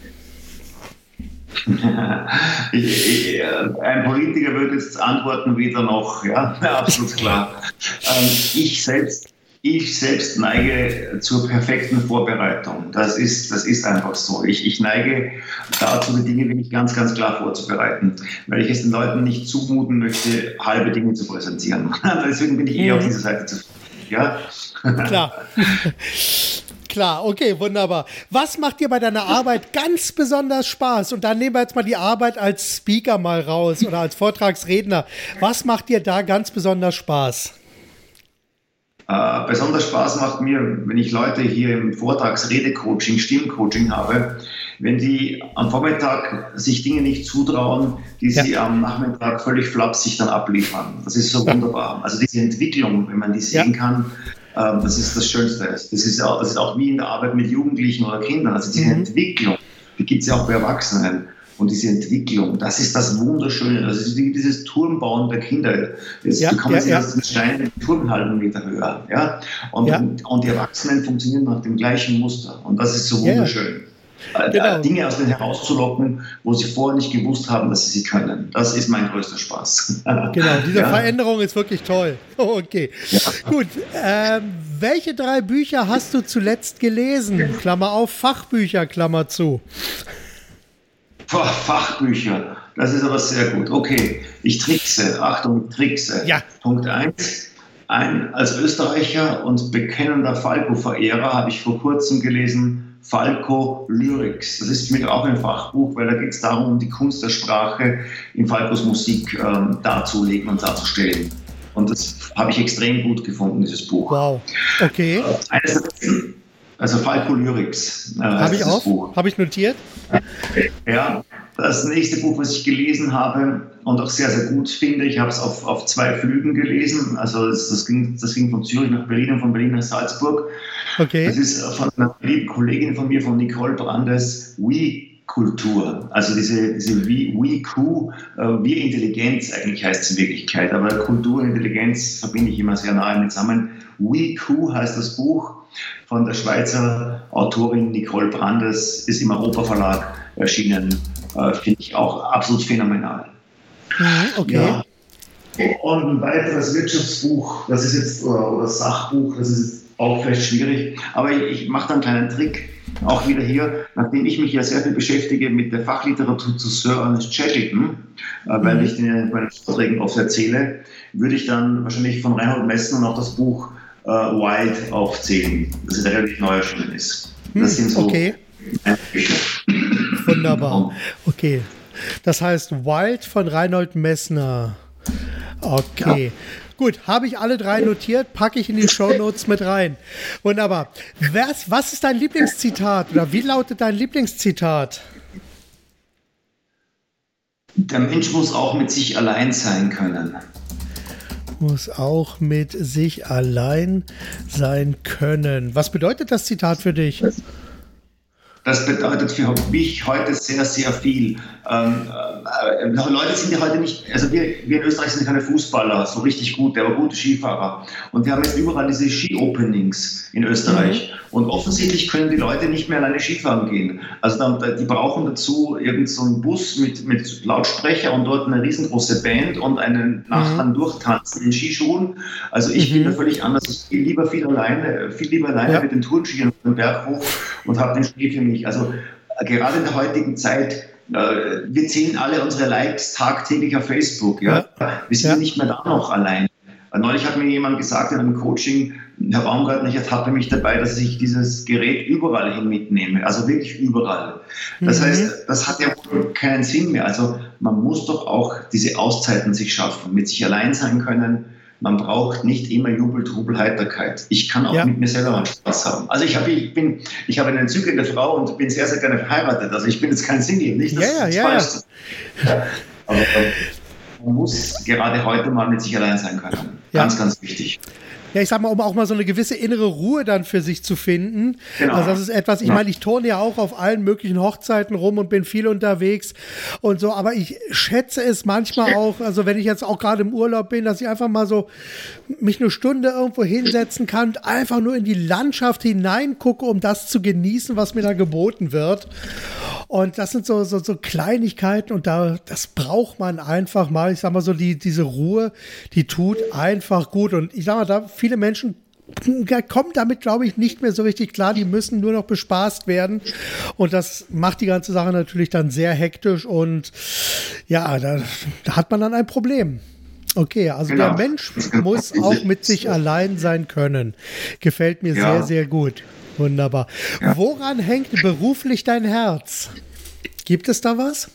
Ein Politiker würde jetzt antworten, weder noch, ja, absolut klar. Ich selbst neige zur perfekten Vorbereitung. Das ist einfach so. Ich neige dazu, die Dinge wirklich ganz, ganz klar vorzubereiten, weil ich es den Leuten nicht zumuten möchte, halbe Dinge zu präsentieren. Deswegen bin ich eher auf dieser Seite zu. Ja? Klar. Klar, okay, wunderbar. Was macht dir bei deiner Arbeit ganz besonders Spaß? Und dann nehmen wir jetzt mal die Arbeit als Speaker mal raus oder als Vortragsredner. Was macht dir da ganz besonders Spaß? Besonders Spaß macht mir, wenn ich Leute hier im Vortragsredecoaching, Stimmcoaching habe, wenn die am Vormittag sich Dinge nicht zutrauen, die sie am Nachmittag völlig flapsig dann abliefern. Das ist so wunderbar. Also diese Entwicklung, wenn man die sehen kann, das ist das Schönste. Das ist auch wie in der Arbeit mit Jugendlichen oder Kindern. Also diese Entwicklung, die gibt es ja auch bei Erwachsenen. Und diese Entwicklung, das ist das Wunderschöne. Das ist dieses Turmbauen der Kinder. Jetzt bekommen sie erst den Stein in den Turm einen halben Meter höher. Ja? Und die Erwachsenen funktionieren nach dem gleichen Muster. Und das ist so wunderschön. Genau. Dinge aus denen herauszulocken, wo sie vorher nicht gewusst haben, dass sie können. Das ist mein größter Spaß. Genau, diese Veränderung ist wirklich toll. Okay, gut. Welche 3 Bücher hast du zuletzt gelesen? Klammer auf, Fachbücher, Klammer zu. Fachbücher, das ist aber sehr gut. Okay, ich trickse. Achtung, trickse. Ja. Punkt 1. Als Österreicher und bekennender Falco-Verehrer habe ich vor kurzem gelesen, Falco Lyrics. Das ist für mich auch ein Fachbuch, weil da geht es darum, um die Kunst der Sprache in Falcos Musik darzulegen und darzustellen. Und das habe ich extrem gut gefunden, dieses Buch. Wow, okay. Also Falco Lyrics. Habe ich auch, habe ich notiert. Ja, das nächste Buch, was ich gelesen habe und auch sehr, sehr gut finde, ich habe es auf 2 Flügen gelesen. Also das ging von Zürich nach Berlin und von Berlin nach Salzburg. Okay. Das ist von einer lieben Kollegin von mir, von Nicole Brandes, We-Kultur. Also diese We-Q, Wir-Intelligenz eigentlich heißt es in Wirklichkeit. Aber Kultur und Intelligenz verbinde ich immer sehr nahe mit zusammen. We-Q heißt das Buch von der Schweizer Autorin Nicole Brandes, ist im Europa Verlag erschienen. Finde ich auch absolut phänomenal. Okay. Ja. Und ein weiteres Wirtschaftsbuch, das ist jetzt, oder Sachbuch, das ist jetzt auch vielleicht schwierig, aber ich mache da einen kleinen Trick, auch wieder hier, nachdem ich mich ja sehr viel beschäftige mit der Fachliteratur zu Sir Ernest Shackleton, weil ich den in meinen Vorträgen oft erzähle, würde ich dann wahrscheinlich von Reinhold Messner noch das Buch Wild aufzählen, das ist relativ neu erschienen ist. Das sind so Bücher. Wunderbar. Okay. Das heißt Wild von Reinhold Messner. Okay. Ja. Gut, habe ich alle 3 notiert, packe ich in die Shownotes mit rein. Wunderbar. Was ist dein Lieblingszitat oder wie lautet dein Lieblingszitat? Der Mensch muss auch mit sich allein sein können. Muss auch mit sich allein sein können. Was bedeutet das Zitat für dich? Das bedeutet für mich heute sehr, sehr viel. Leute sind ja heute nicht, also wir in Österreich sind keine Fußballer, so richtig gut, aber gute Skifahrer. Und wir haben jetzt überall diese Ski-Openings in Österreich. Und offensichtlich können die Leute nicht mehr alleine Skifahren gehen. Also die brauchen dazu irgend so einen Bus mit Lautsprecher und dort eine riesengroße Band und einen Nachbarn durchtanzen in Skischuhen. Also ich bin da völlig anders. Ich gehe lieber viel lieber alleine mit den Tourenskiern auf den Berg hoch und habe den Schnee für mich. Also gerade in der heutigen Zeit, wir zählen alle unsere Likes tagtäglich auf Facebook. Ja? Wir sind nicht mehr da noch allein. Neulich hat mir jemand gesagt in einem Coaching, Herr Baumgartner, ich ertappe mich dabei, dass ich dieses Gerät überall hin mitnehme, also wirklich überall. Das heißt, das hat ja keinen Sinn mehr. Also man muss doch auch diese Auszeiten sich schaffen, mit sich allein sein können, man braucht nicht immer Jubel, Trubel, Heiterkeit. Ich kann auch mit mir selber mal Spaß haben. Also ich habe eine entzückende Frau und bin sehr, sehr gerne verheiratet. Also ich bin jetzt kein Single, nicht, dass das falsch ist. Aber man muss gerade heute mal mit sich allein sein können. Ganz, ganz wichtig. Ja, ich sag mal, um auch mal so eine gewisse innere Ruhe dann für sich zu finden. Genau. Also das ist etwas, ich meine, ich turne ja auch auf allen möglichen Hochzeiten rum und bin viel unterwegs und so, aber ich schätze es manchmal auch, also wenn ich jetzt auch gerade im Urlaub bin, dass ich einfach mal so mich eine Stunde irgendwo hinsetzen kann und einfach nur in die Landschaft hineingucke, um das zu genießen, was mir da geboten wird. Und das sind so Kleinigkeiten und das braucht man einfach mal. Ich sag mal so, diese Ruhe, die tut einfach gut. Und ich sag mal, viele Menschen kommen damit, glaube ich, nicht mehr so richtig klar. Die müssen nur noch bespaßt werden. Und das macht die ganze Sache natürlich dann sehr hektisch. Und ja, da hat man dann ein Problem. Okay, also der Mensch muss auch mit sich allein sein können. Gefällt mir sehr, sehr gut. Wunderbar. Ja. Woran hängt beruflich dein Herz? Gibt es da was?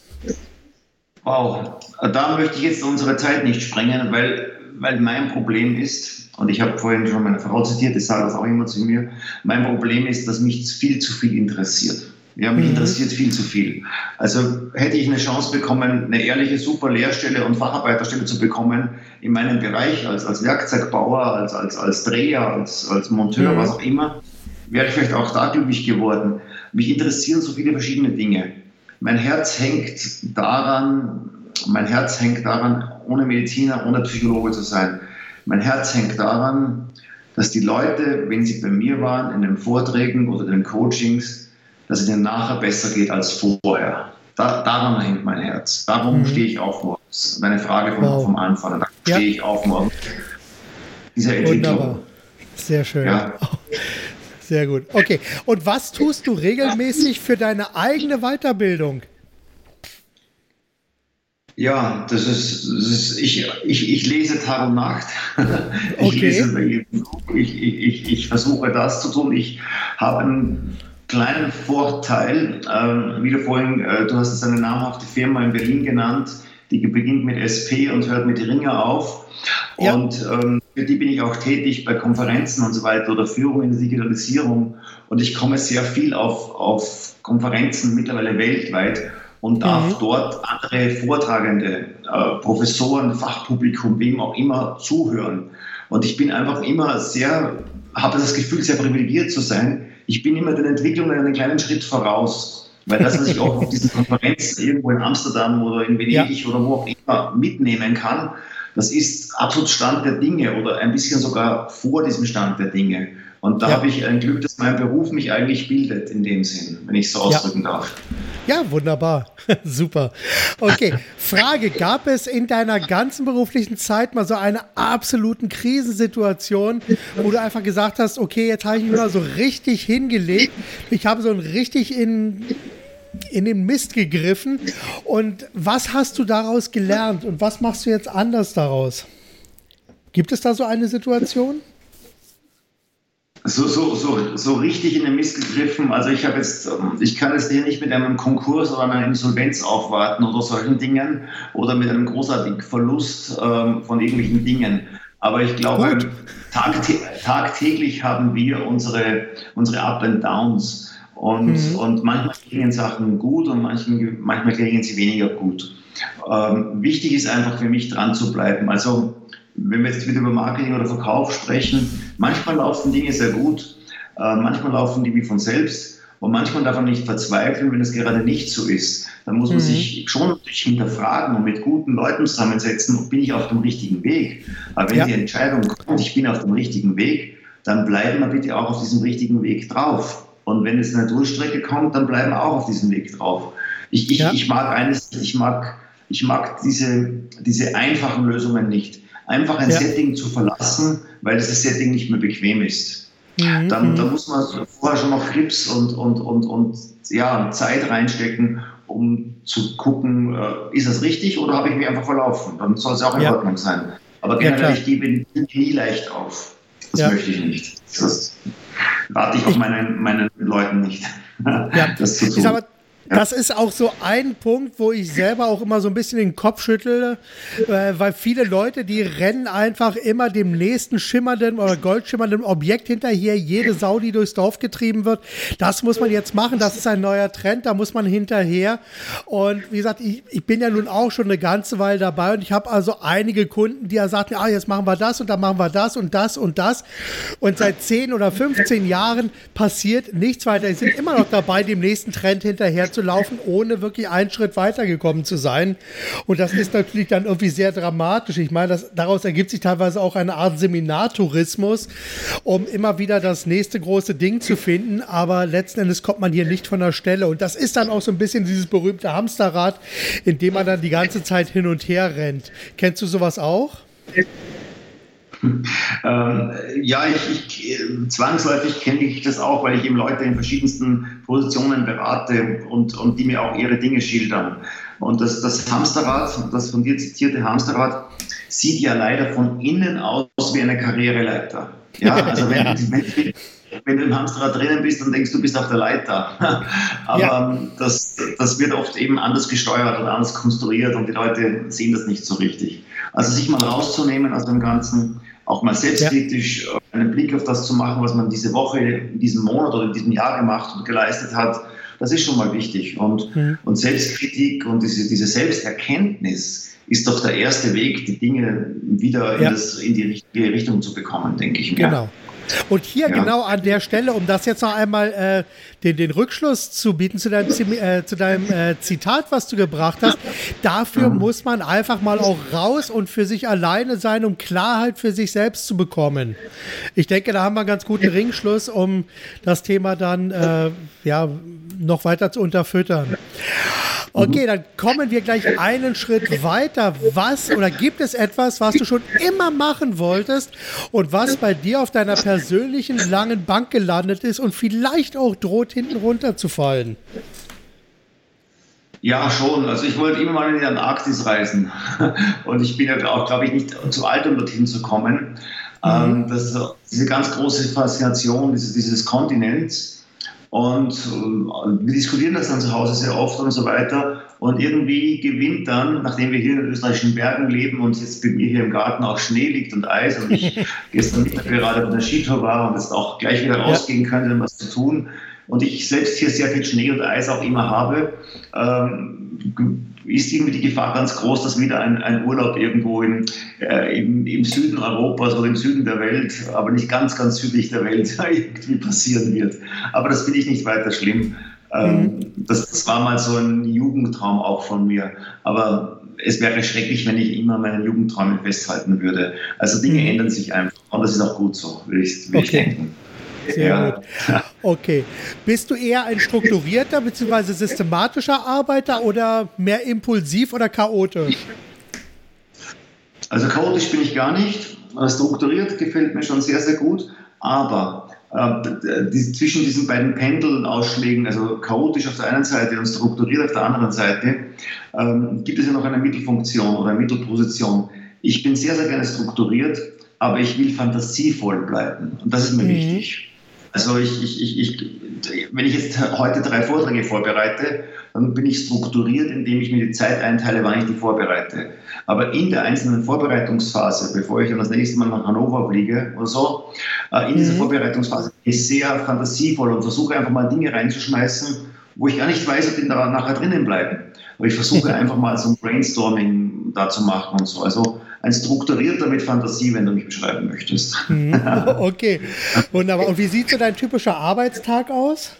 Wow, da möchte ich jetzt unsere Zeit nicht sprengen, weil mein Problem ist, und ich habe vorhin schon meine Frau zitiert, ich sage das auch immer zu mir, mein Problem ist, dass mich viel zu viel interessiert. Ja, mich interessiert viel zu viel. Also hätte ich eine Chance bekommen, eine ehrliche, super Lehrstelle und Facharbeiterstelle zu bekommen in meinem Bereich, als Werkzeugbauer, als Dreher, als Monteur, was auch immer, wäre ich vielleicht auch da glücklich geworden. Mich interessieren so viele verschiedene Dinge. Mein Herz hängt daran, ohne Mediziner, ohne Psychologe zu sein. Mein Herz hängt daran, dass die Leute, wenn sie bei mir waren, in den Vorträgen oder den Coachings, dass es ihnen nachher besser geht als vorher. Daran hängt mein Herz. Darum stehe ich auf morgens. Meine Frage vom Anfang. Da stehe ich auf morgens. Diese Entwicklung. Wunderbar. Sehr schön. Ja. Sehr gut. Okay. Und was tust du regelmäßig für deine eigene Weiterbildung? Ja, ich lese Tag und Nacht. Ich versuche das zu tun. Ich habe einen kleinen Vorteil. Wie du hast es eine namhafte Firma in Berlin genannt, die beginnt mit SP und hört mit Ringer auf. Ja. Und für die bin ich auch tätig bei Konferenzen und so weiter oder Führung in der Digitalisierung. Und ich komme sehr viel auf Konferenzen mittlerweile weltweit und darf dort andere Vortragende, Professoren, Fachpublikum, wem auch immer zuhören. Und ich bin einfach immer habe das Gefühl, sehr privilegiert zu sein. Ich bin immer den Entwicklungen einen kleinen Schritt voraus. Weil das, was ich auch auf diesen Konferenzen irgendwo in Amsterdam oder in Venedig oder wo auch immer mitnehmen kann, das ist absolut Stand der Dinge oder ein bisschen sogar vor diesem Stand der Dinge. Und da habe ich ein Glück, dass mein Beruf mich eigentlich bildet in dem Sinn, wenn ich es so ausdrücken darf. Ja, wunderbar. Super. Okay, Frage, gab es in deiner ganzen beruflichen Zeit mal so eine absoluten Krisensituation, wo du einfach gesagt hast, okay, jetzt habe ich mich mal so richtig hingelegt, ich habe so richtig in den Mist gegriffen und was hast du daraus gelernt und was machst du jetzt anders daraus? Gibt es da so eine Situation? So richtig in den Mist gegriffen. Also ich kann jetzt hier nicht mit einem Konkurs oder einer Insolvenz aufwarten oder solchen Dingen oder mit einem großartigen Verlust von irgendwelchen Dingen. Aber ich glaube, tagtäglich haben wir unsere Up and Downs und manchmal gelingen Sachen gut und manchmal gelingen sie weniger gut. Wichtig ist einfach für mich dran zu bleiben. Also wenn wir jetzt wieder über Marketing oder Verkauf sprechen, manchmal laufen Dinge sehr gut, manchmal laufen die wie von selbst und manchmal darf man nicht verzweifeln, wenn es gerade nicht so ist. Dann muss man sich schon hinterfragen und mit guten Leuten zusammensetzen, bin ich auf dem richtigen Weg. Aber wenn die Entscheidung kommt, ich bin auf dem richtigen Weg, dann bleiben wir bitte auch auf diesem richtigen Weg drauf. Und wenn es eine Durchstrecke kommt, dann bleiben wir auch auf diesem Weg drauf. Ich mag diese einfachen Lösungen nicht. Einfach ein Setting zu verlassen, weil dieses Setting nicht mehr bequem ist. Da muss man vorher schon noch Grips und Zeit reinstecken, um zu gucken, ist das richtig oder habe ich mich einfach verlaufen? Dann soll es auch in Ordnung sein. Aber generell, ich gebe nie leicht auf. Das möchte ich nicht. Das rate ich auch meinen Leuten nicht, das zu tun. Das ist auch so ein Punkt, wo ich selber auch immer so ein bisschen den Kopf schüttle, weil viele Leute, die rennen einfach immer dem nächsten schimmernden oder goldschimmernden Objekt hinterher, jede Sau, die durchs Dorf getrieben wird. Das muss man jetzt machen, das ist ein neuer Trend, da muss man hinterher. Und wie gesagt, ich bin ja nun auch schon eine ganze Weile dabei und ich habe also einige Kunden, die ja sagten, jetzt machen wir das und dann machen wir das und das und das. Und seit 10 oder 15 Jahren passiert nichts weiter. Sie sind immer noch dabei, dem nächsten Trend hinterher zu laufen, ohne wirklich einen Schritt weitergekommen zu sein. Und das ist natürlich dann irgendwie sehr dramatisch. Ich meine, daraus ergibt sich teilweise auch eine Art Seminartourismus, um immer wieder das nächste große Ding zu finden. Aber letzten Endes kommt man hier nicht von der Stelle. Und das ist dann auch so ein bisschen dieses berühmte Hamsterrad, in dem man dann die ganze Zeit hin und her rennt. Kennst du sowas auch? Zwangsläufig kenne ich das auch, weil ich eben Leute in verschiedensten Positionen berate und die mir auch ihre Dinge schildern. Und das Hamsterrad, das von dir zitierte Hamsterrad, sieht ja leider von innen aus wie eine Karriereleiter. Ja, also wenn du im Hamsterrad drinnen bist, dann denkst du, bist auf der Leiter. Aber das wird oft eben anders gesteuert oder anders konstruiert und die Leute sehen das nicht so richtig. Also sich mal rauszunehmen aus dem Ganzen, auch mal selbstkritisch einen Blick auf das zu machen, was man diese Woche, in diesem Monat oder in diesem Jahr gemacht und geleistet hat, das ist schon mal wichtig. Und Selbstkritik und diese Selbsterkenntnis ist doch der erste Weg, die Dinge wieder in die richtige Richtung zu bekommen, denke ich mir. Genau. Und hier genau an der Stelle, um das jetzt noch einmal den Rückschluss zu bieten zu deinem Zitat, was du gebracht hast, dafür muss man einfach mal auch raus und für sich alleine sein, um Klarheit für sich selbst zu bekommen. Ich denke, da haben wir einen ganz guten Ringschluss, um das Thema dann noch weiter zu unterfüttern. Okay, dann kommen wir gleich einen Schritt weiter. Gibt es etwas, was du schon immer machen wolltest und was bei dir auf deiner persönlichen langen Bank gelandet ist und vielleicht auch droht, hinten runterzufallen? Ja, schon. Also ich wollte immer mal in die Antarktis reisen. Und ich bin ja auch, glaube ich, nicht zu alt, um dorthin zu kommen. Das ist diese ganz große Faszination dieses Kontinents. Und wir diskutieren das dann zu Hause sehr oft und so weiter. Und irgendwie gewinnt dann, nachdem wir hier in den österreichischen Bergen leben und jetzt bei mir hier im Garten auch Schnee liegt und Eis und ich gestern Mittag gerade bei der Skitour war und jetzt auch gleich wieder rausgehen könnte, um was zu tun. Und ich selbst hier sehr viel Schnee und Eis auch immer habe, ist irgendwie die Gefahr ganz groß, dass wieder ein Urlaub irgendwo im Süden Europas oder im Süden der Welt, aber nicht ganz, ganz südlich der Welt irgendwie passieren wird. Aber das finde ich nicht weiter schlimm. Das war mal so ein Jugendtraum auch von mir. Aber es wäre schrecklich, wenn ich immer meinen Jugendträumen festhalten würde. Also Dinge ändern sich einfach. Und das ist auch gut so, würde ich denken. Sehr gut. Okay. Bist du eher ein strukturierter bzw. systematischer Arbeiter oder mehr impulsiv oder chaotisch? Also chaotisch bin ich gar nicht. Strukturiert gefällt mir schon sehr, sehr gut. Aber zwischen diesen beiden Pendelausschlägen, also chaotisch auf der einen Seite und strukturiert auf der anderen Seite, gibt es ja noch eine Mittelfunktion oder eine Mittelposition. Ich bin sehr, sehr gerne strukturiert, aber ich will fantasievoll bleiben. Und das ist mir wichtig. Also wenn ich jetzt heute 3 Vorträge vorbereite, dann bin ich strukturiert, indem ich mir die Zeit einteile, wann ich die vorbereite. Aber in der einzelnen Vorbereitungsphase, bevor ich dann das nächste Mal nach Hannover fliege oder so, in dieser Vorbereitungsphase bin ich sehr fantasievoll und versuche einfach mal Dinge reinzuschmeißen, wo ich gar nicht weiß, ob die da nachher drinnen bleiben. Aber ich versuche einfach mal so ein Brainstorming da zu machen und so. Also ein strukturierter mit Fantasie, wenn du mich beschreiben möchtest. Okay, wunderbar. Und wie sieht so dein typischer Arbeitstag aus?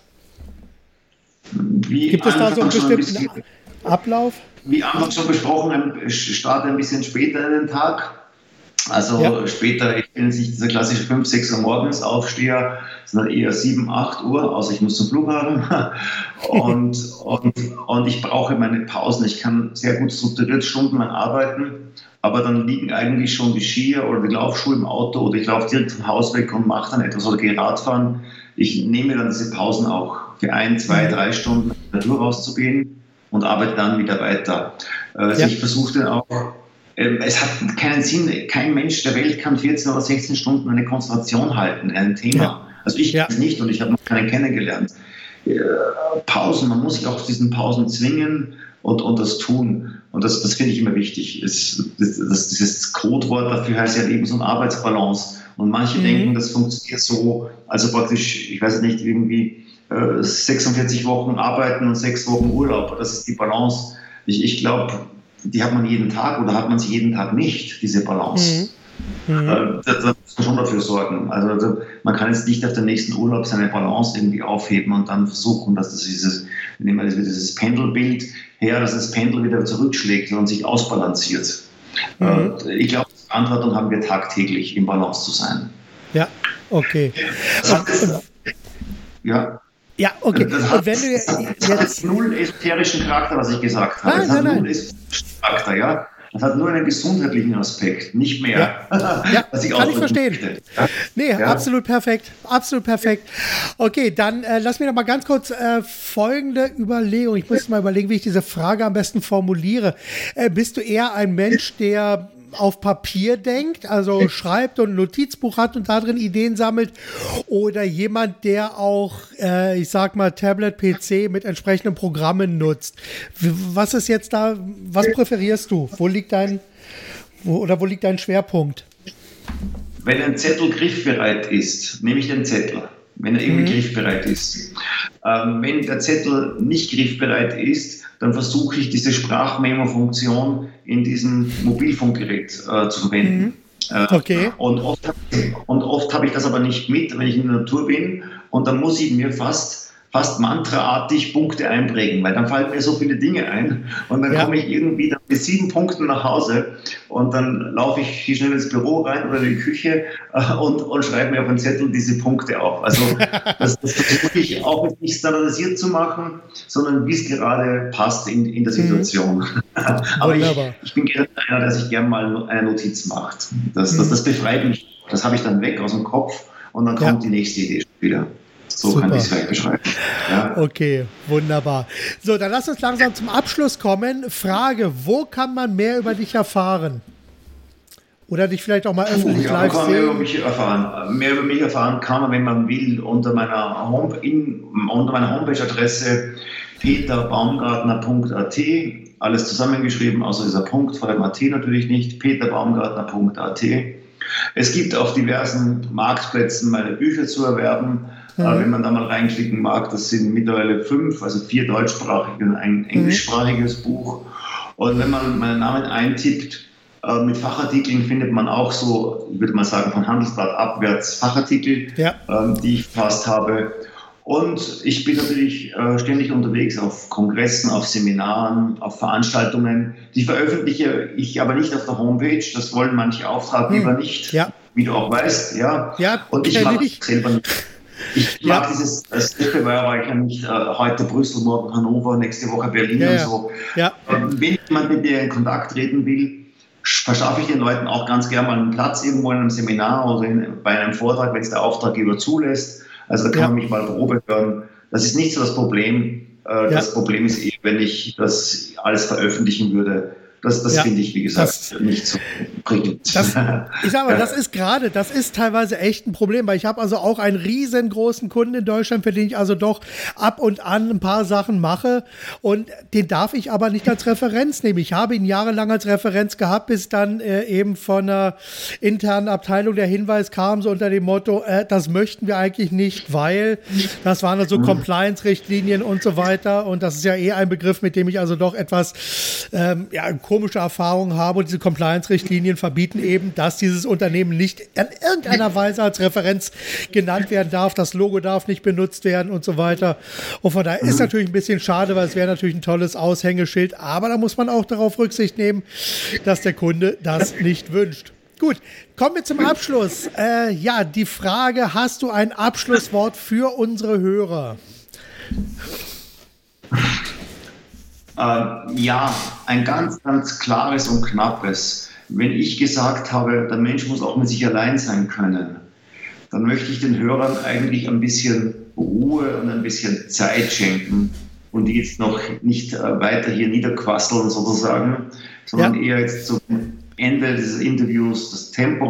Gibt es da so einen bestimmten Ablauf? Wie einfach schon besprochen, ich starte ein bisschen später in den Tag. Also später, ich bin jetzt nicht dieser klassische 5, 6 Uhr morgens Aufsteher, sondern eher 7, 8 Uhr, außer ich muss zum Flughafen. Und ich brauche meine Pausen. Ich kann sehr gut strukturiert stundenlang arbeiten, aber dann liegen eigentlich schon die Skier oder die Laufschuhe im Auto oder ich laufe direkt vom Haus weg und mache dann etwas oder gehe Radfahren. Ich nehme dann diese Pausen auch für 1, 2, 3 Stunden in die Natur rauszugehen und arbeite dann wieder weiter. Also ich versuche dann auch, es hat keinen Sinn, kein Mensch der Welt kann 14 oder 16 Stunden eine Konzentration halten in einem Thema. Also ich kann es nicht und ich habe noch keinen kennengelernt. Pausen, man muss sich auch zu diesen Pausen zwingen und das tun. Und das finde ich immer wichtig. Dieses Codewort dafür heißt ja Lebens- und Arbeitsbalance. Und manche denken, das funktioniert so, also praktisch, ich weiß nicht, irgendwie 46 Wochen arbeiten und 6 Wochen Urlaub. Das ist die Balance. Ich glaube, die hat man jeden Tag oder hat man sie jeden Tag nicht, diese Balance. Da muss man schon dafür sorgen. Also man kann jetzt nicht auf den nächsten Urlaub seine Balance irgendwie aufheben und dann versuchen, dass wir nehmen dieses Pendelbild her, dass das Pendel wieder zurückschlägt und sich ausbalanciert. Ich glaube, die Verantwortung haben wir tagtäglich, im Balance zu sein. Ja, okay. Ja, okay. Und wenn du jetzt null esoterischen Charakter, was ich gesagt habe. Das hat null esoterischen Charakter, ja. Das hat nur einen gesundheitlichen Aspekt, nicht mehr. Ja, kann ich verstehen. Absolut perfekt. Absolut perfekt. Okay, dann lass mir noch mal ganz kurz folgende Überlegung. Ich muss mal überlegen, wie ich diese Frage am besten formuliere. Bist du eher ein Mensch, der auf Papier denkt, also schreibt und ein Notizbuch hat und da drin Ideen sammelt, oder jemand, der auch, ich sag mal, Tablet, PC mit entsprechenden Programmen nutzt? Was ist jetzt da, was präferierst du? Wo liegt dein Schwerpunkt? Wenn ein Zettel griffbereit ist, nehme ich den Zettel, wenn er irgendwie griffbereit ist. Wenn der Zettel nicht griffbereit ist, dann versuche ich, diese Sprachmemo-Funktion in diesem Mobilfunkgerät zu verwenden. Okay. Und oft habe ich das aber nicht mit, wenn ich in der Natur bin, und dann muss ich mir fast mantraartig Punkte einprägen, weil dann fallen mir so viele Dinge ein und dann komme ich irgendwie dann mit 7 Punkten nach Hause und dann laufe ich hier schnell ins Büro rein oder in die Küche und schreibe mir auf einen Zettel diese Punkte auf. Also das versuche ich auch nicht standardisiert zu machen, sondern wie es gerade passt in der Situation. Aber ich bin gerne einer, der sich gerne mal eine Notiz macht. Das befreit mich. Das habe ich dann weg aus dem Kopf und dann kommt die nächste Idee wieder. So Super. Kann ich es vielleicht beschreiben. Ja. Okay, wunderbar. So, dann lass uns langsam zum Abschluss kommen. Frage, wo kann man mehr über dich erfahren? Oder dich vielleicht auch mal öffentlich live sehen? Mehr über mich erfahren kann man, wenn man will, unter meiner Homepage-Adresse peterbaumgartner.at, alles zusammengeschrieben, außer dieser Punkt, vor dem AT natürlich nicht, peterbaumgartner.at. Es gibt auf diversen Marktplätzen meine Bücher zu erwerben. Wenn man da mal reinklicken mag, das sind mittlerweile 5, also 4 deutschsprachige und ein englischsprachiges Buch. Und wenn man meinen Namen eintippt, mit Fachartikeln findet man auch so, ich würde mal sagen, von Handelsblatt abwärts Fachartikel, die ich verfasst habe. Und ich bin natürlich ständig unterwegs auf Kongressen, auf Seminaren, auf Veranstaltungen. Die veröffentliche ich aber nicht auf der Homepage. Das wollen manche Auftraggeber nicht, wie du auch weißt. Und ich mache das selber nicht. Ich mag dieses Wettbewerber nicht, heute Brüssel, morgen Hannover, nächste Woche Berlin und so. Wenn jemand mit dir in Kontakt treten will, verschaffe ich den Leuten auch ganz gerne mal einen Platz irgendwo in einem Seminar oder bei einem Vortrag, wenn es der Auftraggeber zulässt. Also da kann man mich mal Probe hören. Das ist nicht so das Problem. Das Problem ist eher, wenn ich das alles veröffentlichen würde. Das finde ich, wie gesagt, nicht so prickelnd. Ich sage mal, das ist teilweise echt ein Problem, weil ich habe also auch einen riesengroßen Kunden in Deutschland, für den ich also doch ab und an ein paar Sachen mache, und den darf ich aber nicht als Referenz nehmen. Ich habe ihn jahrelang als Referenz gehabt, bis dann eben von einer internen Abteilung der Hinweis kam, so unter dem Motto, das möchten wir eigentlich nicht, weil das waren also Compliance-Richtlinien und so weiter, und das ist ja ein Begriff, mit dem ich also doch etwas komische Erfahrungen habe, und diese Compliance-Richtlinien verbieten eben, dass dieses Unternehmen nicht in irgendeiner Weise als Referenz genannt werden darf, das Logo darf nicht benutzt werden und so weiter. Und von daher ist natürlich ein bisschen schade, weil es wäre natürlich ein tolles Aushängeschild, aber da muss man auch darauf Rücksicht nehmen, dass der Kunde das nicht wünscht. Gut, kommen wir zum Abschluss. Die Frage, hast du ein Abschlusswort für unsere Hörer? Ein ganz, ganz klares und knappes. Wenn ich gesagt habe, der Mensch muss auch mit sich allein sein können, dann möchte ich den Hörern eigentlich ein bisschen Ruhe und ein bisschen Zeit schenken und die jetzt noch nicht weiter hier niederquasseln sozusagen, sondern eher jetzt zum Ende dieses Interviews das Tempo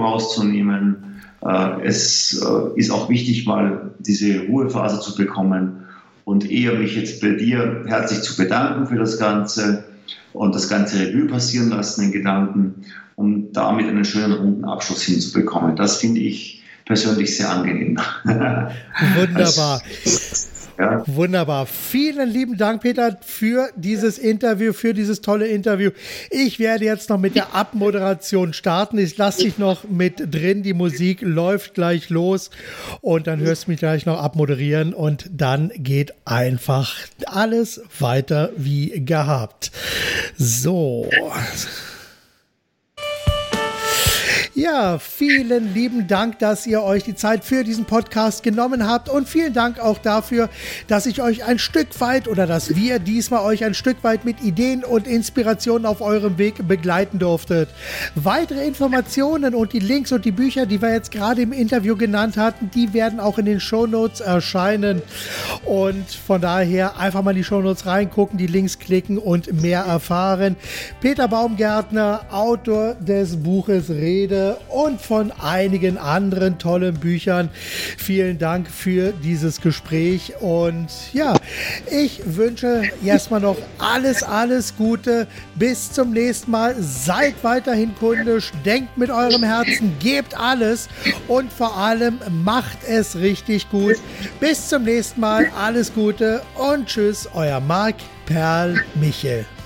rauszunehmen. Es ist auch wichtig, mal diese Ruhephase zu bekommen. und eher mich jetzt bei dir herzlich zu bedanken für das Ganze und das ganze Revue passieren lassen in Gedanken, um damit einen schönen runden Abschluss hinzubekommen. Das finde ich persönlich sehr angenehm. Wunderbar. Ja. Wunderbar. Vielen lieben Dank, Peter, für dieses Interview, für dieses tolle Interview. Ich werde jetzt noch mit der Abmoderation starten. Ich lasse dich noch mit drin. Die Musik läuft gleich los und dann hörst du mich gleich noch abmoderieren und dann geht einfach alles weiter wie gehabt. So. Ja, vielen lieben Dank, dass ihr euch die Zeit für diesen Podcast genommen habt und vielen Dank auch dafür, dass ich euch ein Stück weit oder dass wir diesmal euch ein Stück weit mit Ideen und Inspirationen auf eurem Weg begleiten durftet. Weitere Informationen und die Links und die Bücher, die wir jetzt gerade im Interview genannt hatten, die werden auch in den Shownotes erscheinen und von daher einfach mal in die Shownotes reingucken, die Links klicken und mehr erfahren. Peter Baumgärtner, Autor des Buches Rede und von einigen anderen tollen Büchern. Vielen Dank für dieses Gespräch und ja, ich wünsche erstmal noch alles Gute. Bis zum nächsten Mal. Seid weiterhin kundisch, denkt mit eurem Herzen, gebt alles und vor allem macht es richtig gut. Bis zum nächsten Mal. Alles Gute und tschüss, euer Marc Perl Michel.